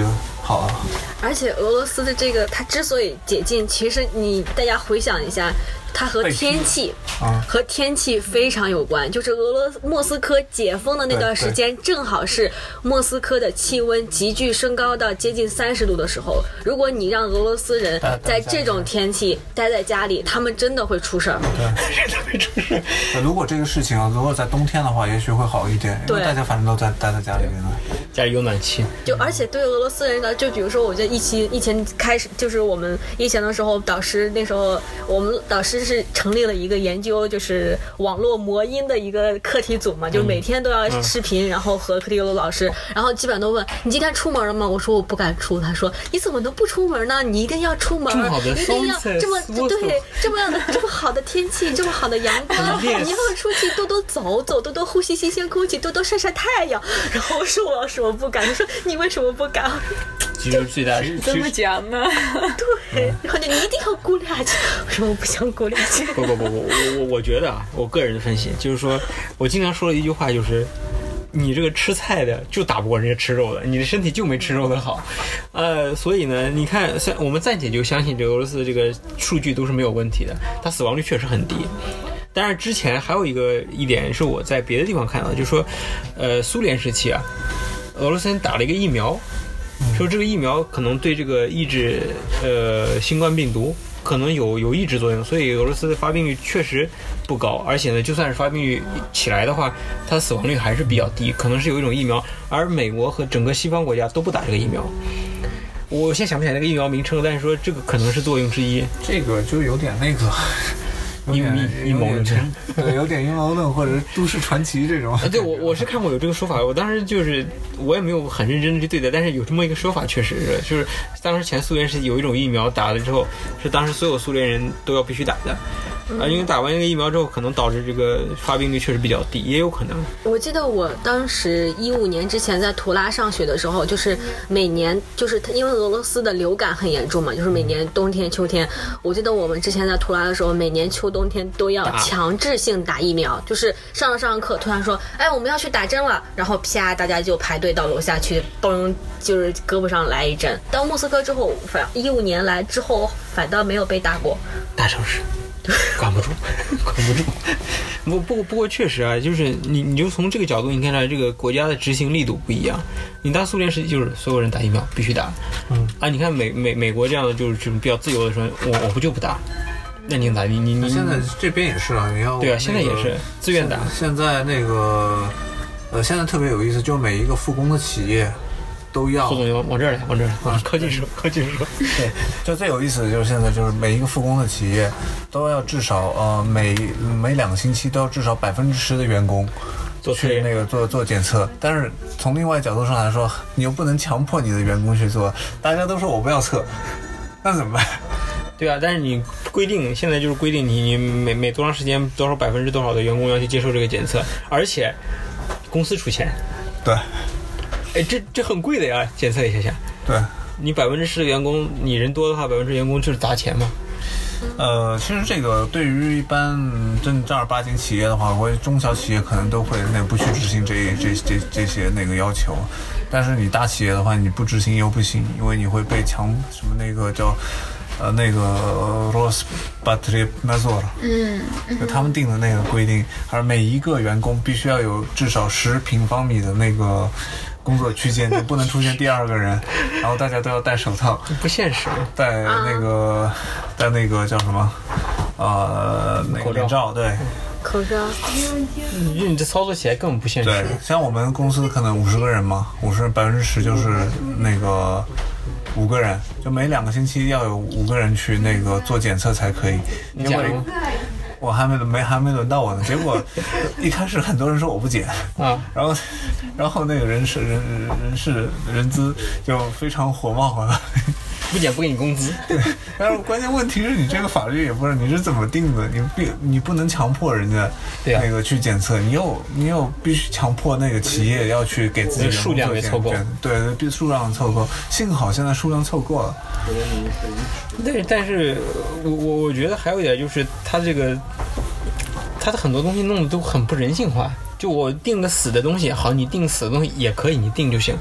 好了。 而且俄罗斯的这个，它之所以解禁，其实你大家回想一下，它和天气啊和天气非常有关。就是俄罗莫斯科解封的那段时间，正好是莫斯科的气温急剧升高到接近三十度的时候。如果你让俄罗斯人在这种天气待在家里，他们真的会出事儿。 对，真的会出事。如果这个事情啊，如果在冬天的话，也许会好一点，因为大家反正都在待在家里面了， 家里有暖气。 就而且对俄罗斯人呢，就比如说，我觉得疫情疫情开始，就是我们疫情的时候，导师那时候我们导师是成立了一个研究，就是网络魔音的一个课题组嘛，就每天都要视频，然后和课题组老师，然后基本都问你今天出门了吗？我说我不敢出，他说你怎么能不出门呢？你一定要出门，一定要这么对这么样的这么好的天气，这么好的阳光，你要出去多多走走，多多呼吸新鲜空气，多多晒晒太阳。然后我说我老师我不敢，他说你为什么不敢？ 其实最大是怎么讲呢？ 对，然后就你一定要鼓励下去。我说我不想鼓励下去。 不不不不，我我我觉得啊，我个人的分析就是说，我经常说的一句话就是，你这个吃菜的就打不过人家吃肉的，你的身体就没吃肉的好，呃，所以呢，你看，我们暂且就相信这个俄罗斯的这个数据都是没有问题的，它死亡率确实很低。但是之前还有一个一点是我在别的地方看到的，就是说，呃，苏联时期啊，俄罗斯人打了一个疫苗。说这个疫苗可能对这个抑制呃新冠病毒可能有有抑制作用，所以俄罗斯的发病率确实不高，而且呢，就算是发病率起来的话，它的死亡率还是比较低，可能是有一种疫苗，而美国和整个西方国家都不打这个疫苗。我现在想不起来那个疫苗名称，但是说这个可能是作用之一。 这个就有点那个。 阴阴谋论， 对，有点阴谋论或者都市传奇这种。 对，我我是看过有这个说法，我当时就是我也没有很认真的去对待，但是有这么一个说法，确实是，就是当时前苏联是有一种疫苗打了之后，是当时所有苏联人都要必须打的。啊，因为打完那个疫苗之后，可能导致这个发病率确实比较低，也有可能。 我记得我当时一五年之前在图拉上学的时候，就是每年就是它因为俄罗斯的流感很严重嘛，就是每年冬天秋天，我记得我们之前在图拉的时候，每年秋冬天都要强制性打疫苗，就是上着上着课突然说，哎，我们要去打针了，然后啪，大家就排队到楼下去，咚，就是胳膊上来一针。到莫斯科之后，反一五年来之后，反倒没有被打过。 大城市。管不住，管不住。不不不过确实啊，就是你你就从这个角度你看来，这个国家的执行力度不一样。你当苏联时期就是所有人打疫苗必须打，嗯啊，你看美美美国这样的就是这种比较自由的说，我我不就不打，那你打你你你现在这边也是啊，你要对啊，现在也是自愿打。 现在那个呃，现在特别有意思，就每一个复工的企业。都要副总往往这儿来，往这儿来，科技说，科技说， 对，就最有意思的就是现在就是每一个复工的企业都要至少呃每每两个星期都要至少百分之十的员工去那个做做检测，但是从另外角度上来说，你又不能强迫你的员工去做，大家都说我不要测，那怎么办？ 对啊，但是你规定现在就是规定你你每每多长时间多少百分之多少的员工要去接受这个检测，而且公司出钱， 对。 哎，这这很贵的呀，检测一下下。 对， 你百分之十的员工，你人多的话，百分之员工就是砸钱嘛。 呃，其实这个对于一般正正儿八经企业的话，或者中小企业可能都会那不去执行这这这这些那个要求，但是你大企业的话，你不执行又不行，因为你会被强什么那个叫。呃，那个 Rospotrebnadzor， 嗯， 就他们定的那个规定，而每一个员工必须要有至少十平方米的那个工作区间，就不能出现第二个人，然后大家都要戴手套， 不现实， 戴那个、啊、戴那个叫什么？呃，那个口罩，对。 口罩， 因为你这操作起来根本不现实。 对，像我们公司可能五十个人嘛，五十百分之十就是那个五个人，就每两个星期要有五个人去那个做检测才可以。 你讲吗？ 我还没没还没轮到我呢，结果一开始很多人说我不检啊，然后然后那个人事人人事人资就非常火冒了。 不减不给你工资， 对。但是关键问题是你这个法律也不是你是怎么定的，你必你不能强迫人家那个去检测，你又你又必须强迫那个企业要去给自己的数量给凑够， 对，必数量凑够。幸好现在数量凑够了。 对，但是我我我觉得还有一点就是他这个他的很多东西弄得都很不人性化。就我定个死的东西，好，你定死的东西也可以，你定就行。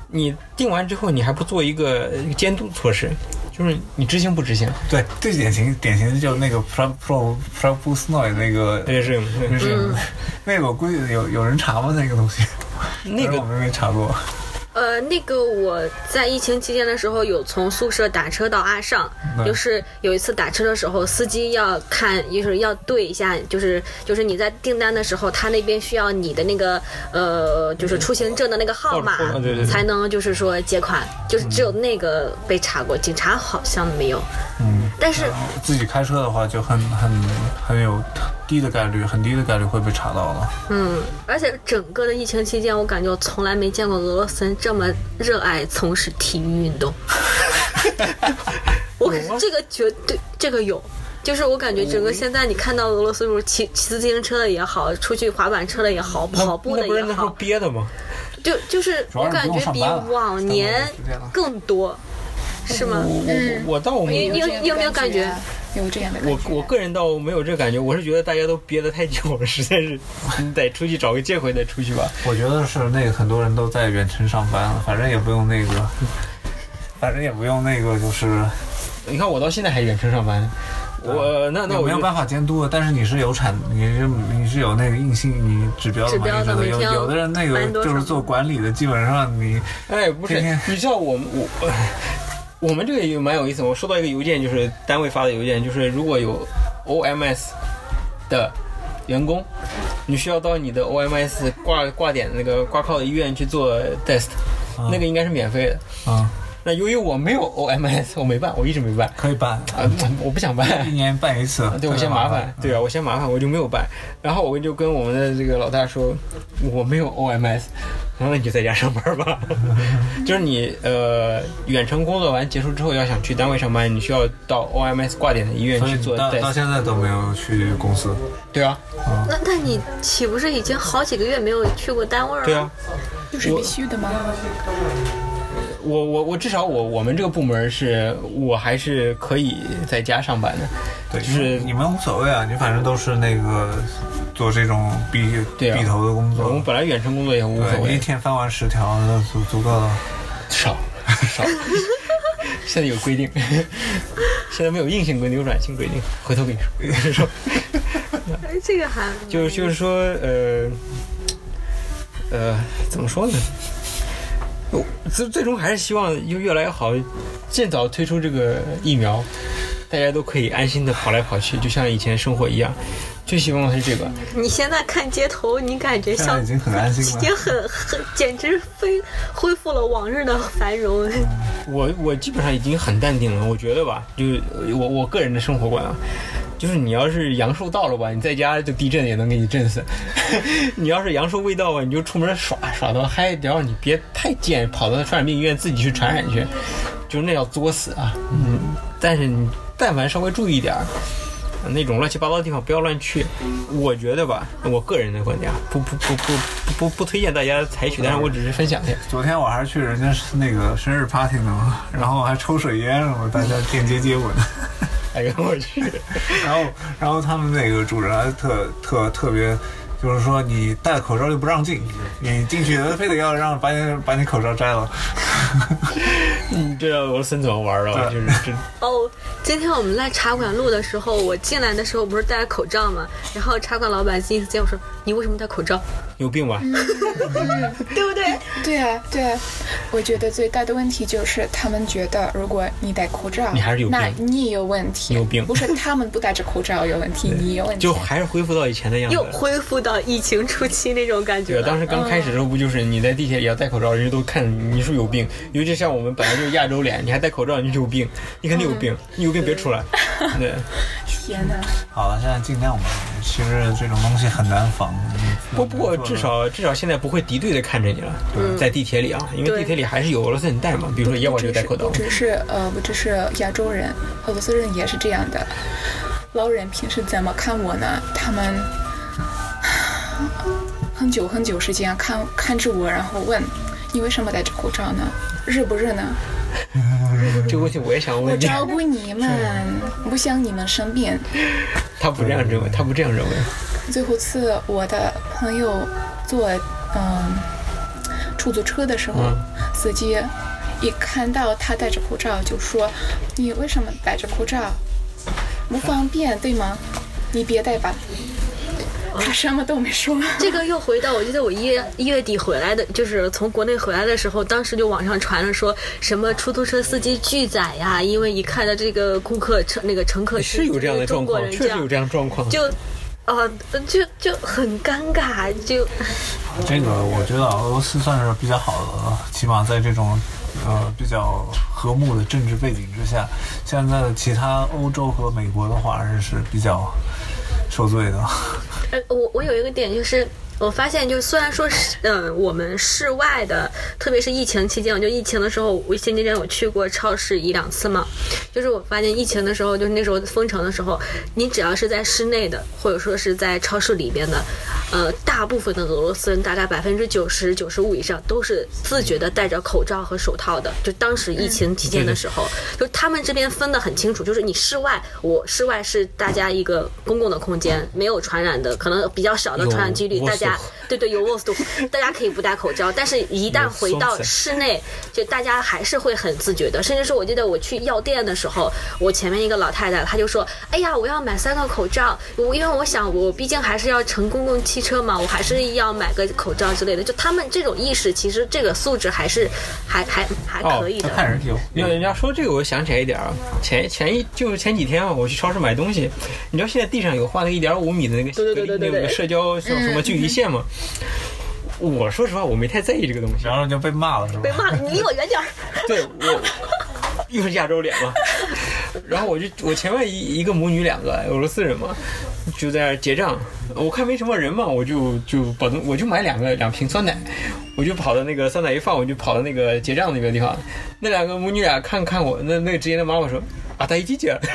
你定完之后，你还不做一个一个监督措施，就是你执行不执行？ 对，最典型典型的就是那个 Pro Pro Pro Busnoy 那个那是那是那个我估计有有人查吗？那个东西， 那个我们没查过。 呃，那个我在疫情期间的时候有从宿舍打车到阿上，就是有一次打车的时候，司机要看，就是要对一下，就是就是你在订单的时候，他那边需要你的那个呃，就是出行证的那个号码， 对对对， 才能就是说结款，就是只有那个被查过，警察好像没有。 嗯， 但是自己开车的话就很很很有低的概率，很低的概率会被查到了。 嗯，而且整个的疫情期间，我感觉我从来没见过俄罗斯人这么热爱从事体育运动。我这个绝对这个有。就是我感觉整个现在你看到俄罗斯，骑骑自行车的也好，出去滑板车的也好，跑步的也好， 那不是那时候憋的吗？ 就就是我感觉比往年更多，是吗？ 我我我倒没有，你有没有感觉？ 有这样的感觉？ 我我个人倒没有这个感觉，我是觉得大家都憋得太久了，实在是你得出去找个借口再出去吧。 我觉得是那个很多人都在远程上班了，反正也不用那个，反正也不用那个，就是你看我到现在还远程上班。我那那我没有办法监督，但是你是有产，你是你是有那个硬性你指标的嘛？ 的有有的人那个就是做管理的，基本上你哎不是，你知道我我我们这个也蛮有意思。我收到一个邮件，就是单位发的邮件，就是如果有 O M S 的员工，你需要到你的 O M S 挂挂点那个挂靠的医院去做 test，、啊、那个应该是免费的啊。那由于我没有 O M S， 我没办，我一直没办。 可以办啊，我不想办， 一年办一次。 对，我嫌麻烦。对啊，我嫌麻烦，我就没有办。然后我就跟我们的这个老大说，我没有 O M S， 然后那你就在家上班吧。就是你呃远程工作完结束之后，要想去单位上班，你需要到 O M S 挂点的医院去做 test。 到现在都没有去公司。 对啊。 嗯、那那你岂不是已经好几个月没有去过单位了？ 对啊。 就是必须的吗？ 我我我至少我我们这个部门是我还是可以在家上班的， 对， 就是你们无所谓啊，你反正都是那个做这种笔笔头的工作。 我们本来远程工作也无所谓， 一天翻完十条足足够了， 少少。现在有规定，现在没有硬性规定，有软性规定，回头跟你说。说这个还就就是说呃呃怎么说呢？最最终还是希望就越来越好，尽早推出这个疫苗，大家都可以安心的跑来跑去，就像以前生活一样。最希望的是这个。 你现在看街头，你感觉像已经很安心了， 已经很很简直非恢复了往日的繁荣。 我我基本上已经很淡定了，我觉得吧，就是我我个人的生活观啊。就是你要是阳寿到了吧，你在家就地震也能给你震死。你要是阳寿未到吧，你就出门耍耍到嗨，只要你别太贱，跑到传染病医院自己去传染去，就是那要作死啊。嗯，但是你但凡稍微注意一点，那种乱七八糟的地方不要乱去。我觉得吧，我个人的观点，不不不不不不推荐大家采取，但是我只是分享一下。 昨天我还是去人家那个生日 party 呢，然后还抽水烟什么，大家间接接吻。 哎呦我去！ 然后，然后他们那个主人还特特特别，就是说你戴口罩就不让进，你进去非得要让把你把你口罩摘了。 你知道俄罗斯怎么玩的？就是这。 哦，今天我们在茶馆录的时候，我进来的时候不是戴着口罩吗？然后茶馆老板第一次见我说：“你为什么戴口罩？ 有病吧？” 对不对？ 对啊，对啊。我觉得最大的问题就是他们觉得，如果你戴口罩， 你还是有病， 那你有问题。 有病。 不是他们不戴着口罩有问题，你有问题。 就还是恢复到以前的样子。 又恢复到疫情初期那种感觉。 对，当时刚开始的时候不就是你在地铁里要戴口罩，人家都看你是有病。尤其像我们本来就是亚洲脸，你还戴口罩，你就有病，你肯定有病，嗯、你有病别出来。对。 天哪！ 好了，现在尽量吧。其实这种东西很难防。 不不过至少至少现在不会敌对的看着你了，嗯、在地铁里啊，因为地铁里还是有俄罗斯人戴嘛，比如说野瓦就戴口罩。 不只是呃，不只是亚洲人，俄罗斯人也是这样的。老人平时怎么看我呢？他们很久很久时间看看着我，然后问你为什么戴着口罩呢？热不热呢？ 这个问题我也想问。 我照顾你们，不想你们生病。 他不这样认为，他不这样认为。 最后次我的朋友坐嗯出租车的时候，嗯、 司机一看到他戴着口罩就说：“你为什么戴着口罩？不方便，对吗？你别戴吧。”他什么都没说。 这个又回到，我记得我一月一月底回来的，就是从国内回来的时候，当时就网上传了说什么出租车司机拒载呀，因为一看到这个顾客乘那个乘客是有这样的状况，确实有这样状况， 就啊、呃，就就很尴尬，就这个我觉得俄罗斯算是比较好的，起码在这种呃比较和睦的政治背景之下，现在的其他欧洲和美国的话，还是比较受罪的。 呃，我我有一个点就是。我发现，就虽然说是，呃，我们室外的，特别是疫情期间，我就疫情的时候，我前几天我去过超市一两次嘛，就是我发现疫情的时候，就是那时候封城的时候，你只要是在室内的，或者说是在超市里边的，呃，大部分的俄罗斯人，大概百分之九十九十五以上都是自觉的戴着口罩和手套的。就当时疫情期间的时候，嗯、就他们这边分得很清楚，就是你室外，我室外是大家一个公共的空间，没有传染的，可能比较少的传染几率，大家。对对，有 w o s 大家可以不戴口罩，但是一旦回到室内，就大家还是会很自觉的。甚至是我记得我去药店的时候，我前面一个老太太，她就说：“哎呀，我要买三个口罩，我因为我想我毕竟还是要乘公共汽车嘛，我还是要买个口罩之类的。”就他们这种意识，其实这个素质还是还还还可以的。 看人有， 因为人家说这个，我想起来一点啊，前前一就是前几天啊，我去超市买东西，你知道现在地上有画那个一点五米的那个对对对对对那个社交叫什么距离线吗？我说实话，我没太在意这个东西， 然后就被骂了，是吧？ 被骂了，你离我远点儿。 对，我又是亚洲脸嘛。然后我就我前面一一个母女两个俄罗斯人嘛，就在那儿结账。我看没什么人嘛，我就就把东我就买两个两瓶酸奶，我就跑到那个酸奶一放，我就跑到那个结账那个地方。那两个母女俩看看我，那那个直接的妈妈说：“啊，他一起结。”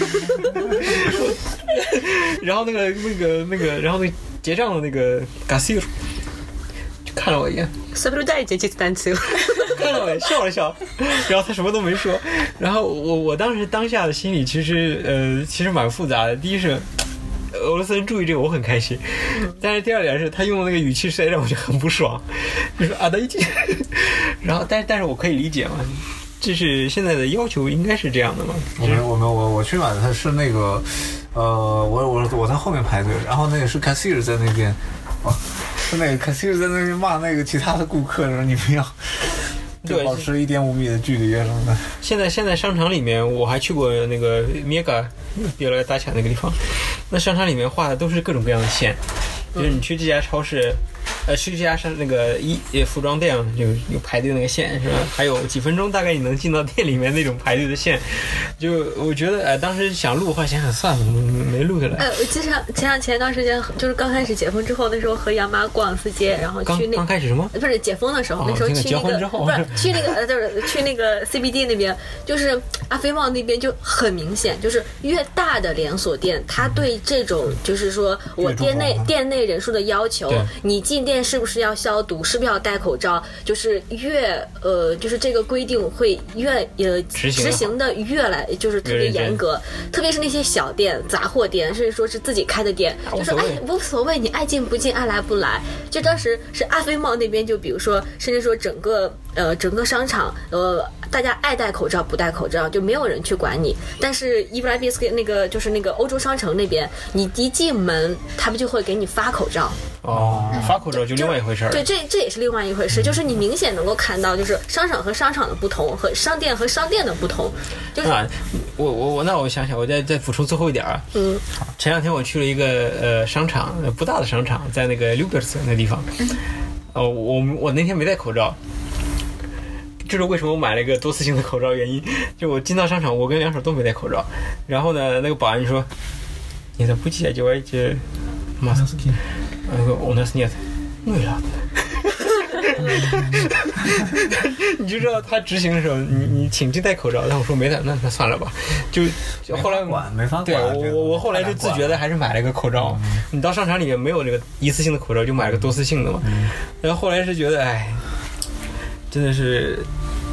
然后那个那个那个，然后那个结账的那个 Gasir。看了我一眼， 是不是在接这次单词？ 看了我一眼，笑了笑，然后他什么都没说。然后我我当时当下的心里其实呃其实蛮复杂的。第一是俄罗斯人注意这个我很开心，但是第二点是他用的那个语气实在让我觉得很不爽，就说啊他一起，然后但是但是我可以理解嘛，这是现在的要求应该是这样的嘛。 我们我们我我去买的它是那个呃我我我在后面排队，然后那个是 cashier 在那边。哇那个 cashier 在那边骂那个其他的顾客，说你们要就保持一点五米的距离什么的。 现在现在商场里面，我还去过那个 Mega 别来大卡那个地方，那商场里面画的都是各种各样的线，就是你去这家超市。呃，去这家是那个衣服装店有有排队那个线是吧？还有几分钟，大概你能进到店里面那种排队的线，就我觉得呃，当时想录，后来想想算了，没录下来。 呃，我记上前两前段时间就是刚开始解封之后，那时候和杨妈逛四街，然后去那刚开始什么？ 不是解封的时候， 哦、 那时候去那个、 那个、 不是去那个呃，就是去那个 C B D 那边，就是阿菲茂那边就很明显，就是越大的连锁店，它对这种就是说我店内店内人数的要求，你进店是不是要消毒，是不是要戴口罩，就是越呃就是这个规定会越呃执行的越来就是特别严格，特别是那些小店杂货店，甚至说是自己开的店，就是哎无所谓，你爱进不进，爱来不来。就当时是阿菲茂那边，就比如说甚至说整个呃整个商场呃大家爱戴口罩不戴口罩就没有人去管你，但是伊布拉比斯克那个就是那个欧洲商城那边，你一进门他们就会给你发口罩。 哦，发口罩就另外一回事儿。 对，这这也是另外一回事，就是你明显能够看到，就是商场和商场的不同，和商店和商店的不同。就是、 啊，我我我，那我想想，我再再补充最后一点啊。 嗯。 前两天我去了一个呃商场，不大的商场，在那个 Lubers 那地方。嗯。哦，我我那天没戴口罩。这是为什么我买了一个多次性的口罩原因。就我进到商场，我跟两手都没戴口罩。然后呢，那个保安就说：“你的不记得就我这马斯克。”那个我那是нет，对了，你就知道他执行的时候，你你请进戴口罩，但我说没戴，那那算了吧，就就后来管没法管。 对我我我后来就自觉的还是买了一个口罩。嗯、你到商场里面没有那个一次性的口罩，就买了个多次性的嘛。嗯、然后后来是觉得，哎，真的是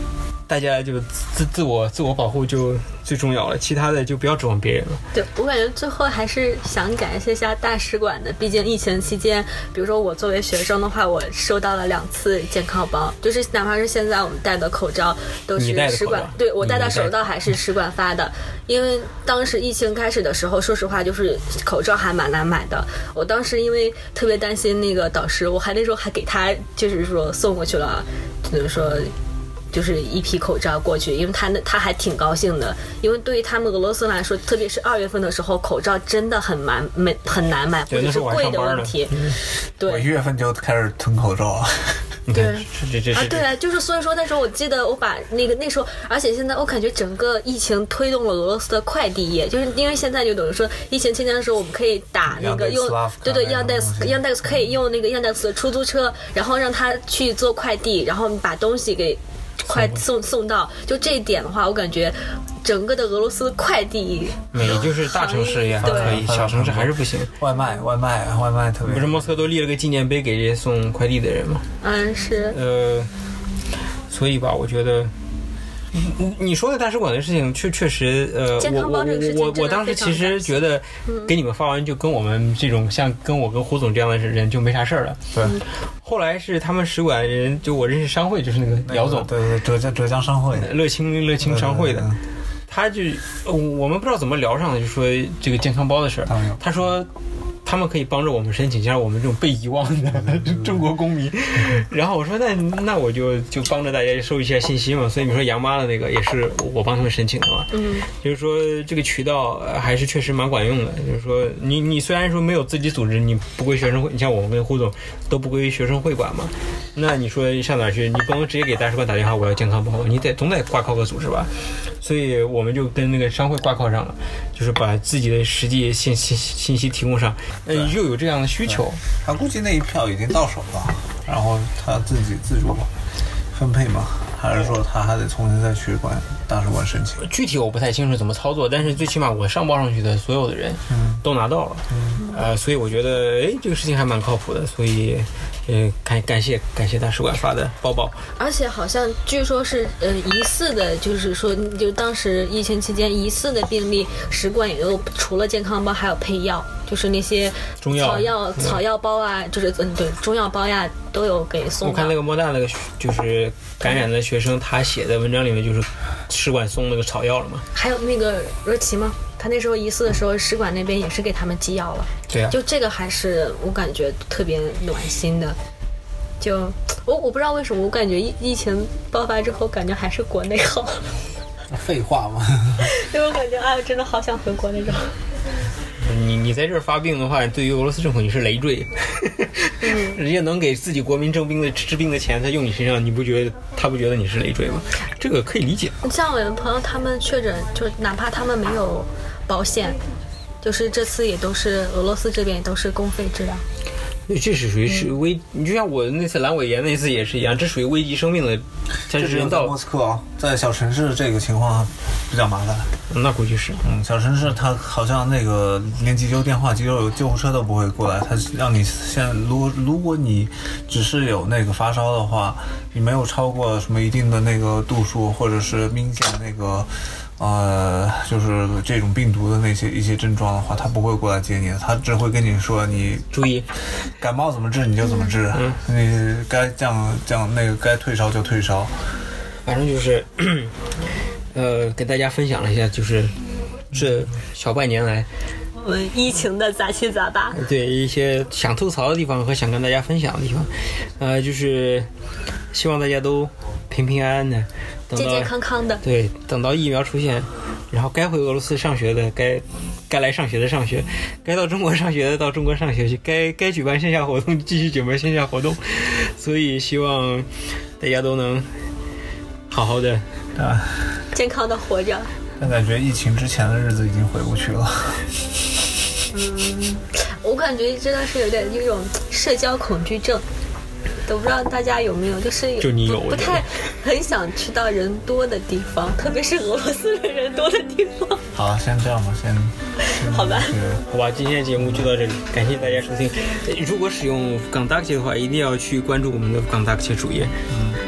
大家就自自我自我保护就最重要了，其他的就不要指望别人了。 对，我感觉最后还是想感谢一下大使馆的，毕竟疫情期间，比如说我作为学生的话，我收到了两次健康包，就是哪怕是现在我们戴的口罩都是使馆，对我戴到手到还是使馆发的，因为当时疫情开始的时候，说实话就是口罩还蛮难买的，我当时因为特别担心那个导师，我还那时候还给他就是说送过去了，就是说就是一批口罩过去，因为他那他还挺高兴的，因为对于他们俄罗斯来说，特别是二月份的时候，口罩真的很难没很难买，不只是贵的问题。对， 我一月份就开始囤口罩了。 对， 这这啊，对啊，就是所以说那时候我记得我把那个那时候，而且现在我感觉整个疫情推动了俄罗斯的快递业，就是因为现在就等于说疫情期间的时候，我们可以打那个用对对 Yandex Yandex 可以用那个 Yandex 的出租车，然后让他去做快递，然后把东西给快送送到，就这一点的话，我感觉整个的俄罗斯快递， 美就是大城市也还可以，小城市还是不行。 外卖外卖外卖特别， 不是莫斯科都立了个纪念碑给这些送快递的人吗？ 嗯，是。 呃，所以吧，我觉得。你你说的大使馆的事情确确实，呃，我我我我当时其实觉得给你们发完就跟我们这种像跟我跟胡总这样的人就没啥事儿了。 对。 后来是他们使馆人，就我认识商会，就是那个姚总， 对对，浙江浙江商会， 乐清乐清商会的，他就我们不知道怎么聊上的，就说这个健康包的事儿，他说。他们可以帮着我们申请，像我们这种被遗忘的中国公民。然后我说那那我就就帮着大家收一下信息嘛。所以你说杨妈的那个也是我帮他们申请的嘛。嗯，就是说这个渠道还是确实蛮管用的。就是说你你虽然说没有自己组织，你不归学生会，你像我们跟胡总都不归学生会管嘛。那你说上哪去？你不能直接给大使馆打电话，我要健康包，你得总得挂靠个组织吧。所以我们就跟那个商会挂靠上了，就是把自己的实际信息信息提供上。呃，又有这样的需求， 他估计那一票已经到手了，然后他自己自主分配嘛，还是说他还得重新再去管大使馆申请？ 具体我不太清楚怎么操作，但是最起码我上报上去的所有的人都拿到了，嗯、呃，所以我觉得哎，这个事情还蛮靠谱的，所以呃，感感谢感谢大使馆发的包包， 而且好像据说是呃疑似的，就是说就当时疫情期间疑似的病例，使馆也有除了健康包还有配药。就是那些中药、 草药、草药包啊，就是嗯对，中药包呀都有给送。 我看那个莫大那个就是感染的学生，他写的文章里面就是使馆送那个草药了嘛。 还有那个若琪吗？他那时候疑似的时候，使馆那边也是给他们寄药了。 对啊， 就这个还是我感觉特别暖心的。就我我不知道为什么，我感觉疫疫情爆发之后，感觉还是国内好。 废话嘛。 因为我感觉啊，真的好想回国那种。 你你在这儿发病的话，对于俄罗斯政府你是累赘。嗯、人家能给自己国民征兵的治病的钱，他用你身上，你不觉得他不觉得你是累赘吗？这个可以理解。 像我的朋友，他们确诊，就哪怕他们没有保险，就是这次也都是俄罗斯这边也都是公费治疗。 这是属于是危，你、嗯、就像我那次阑尾炎那次也是一样，这属于危及生命的。 这是人到莫斯科啊，在小城市这个情况比较麻烦。 那估计是， 嗯，小城市它好像那个连急救电话、急救救护车都不会过来，它让你现在如果如果你只是有那个发烧的话，你没有超过什么一定的那个度数，或者是明显那个。呃，就是这种病毒的那些一些症状的话，他不会过来接你的，他只会跟你说你注意， 感冒怎么治你就怎么治，嗯，你该降降那个该退烧就退烧， 反正就是，呃，跟大家分享了一下，就是这小半年来我们疫情的杂七杂八， 对一些想吐槽的地方和想跟大家分享的地方，呃，就是希望大家都平平安安的。 健健康康的， 对，等到疫苗出现，然后该回俄罗斯上学的该该来上学的上学，该到中国上学的到中国上学去，该该举办线下活动继续举办线下活动，所以希望大家都能好好的啊， 健康的活着。 但感觉疫情之前的日子已经回不去了。 嗯，我感觉真的是有点一种社交恐惧症。我不知道大家有没有，就是就你有不太很想去到人多的地方，特别是俄罗斯的人多的地方。 好，先这样吧，先。 好吧。 好吧，今天的节目就到这里，感谢大家收听。如果使用 Vkontakte 的话，一定要去关注我们的 Vkontakte 主页。 嗯。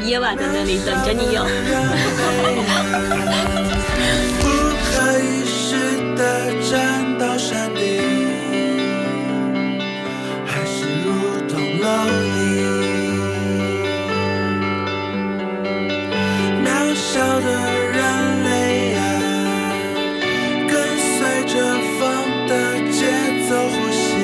夜晚在那里等着你哟。 不可一世的站到山顶，还是如同蝼蚁，渺小的人类啊，跟随着风的节奏呼吸，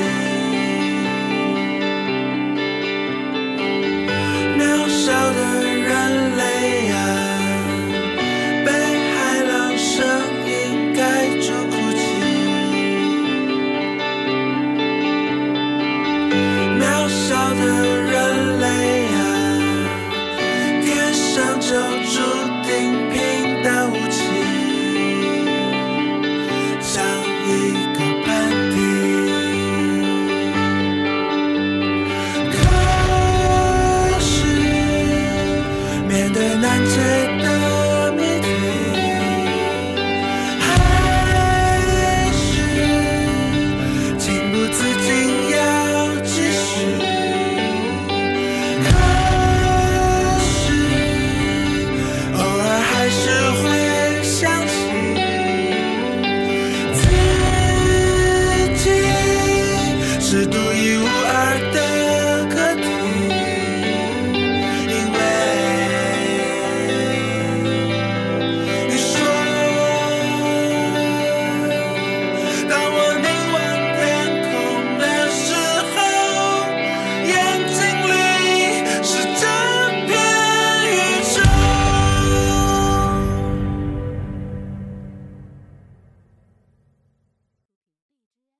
渺小的人类啊，被海浪声音盖住哭泣，渺小的人类啊，天生就注定平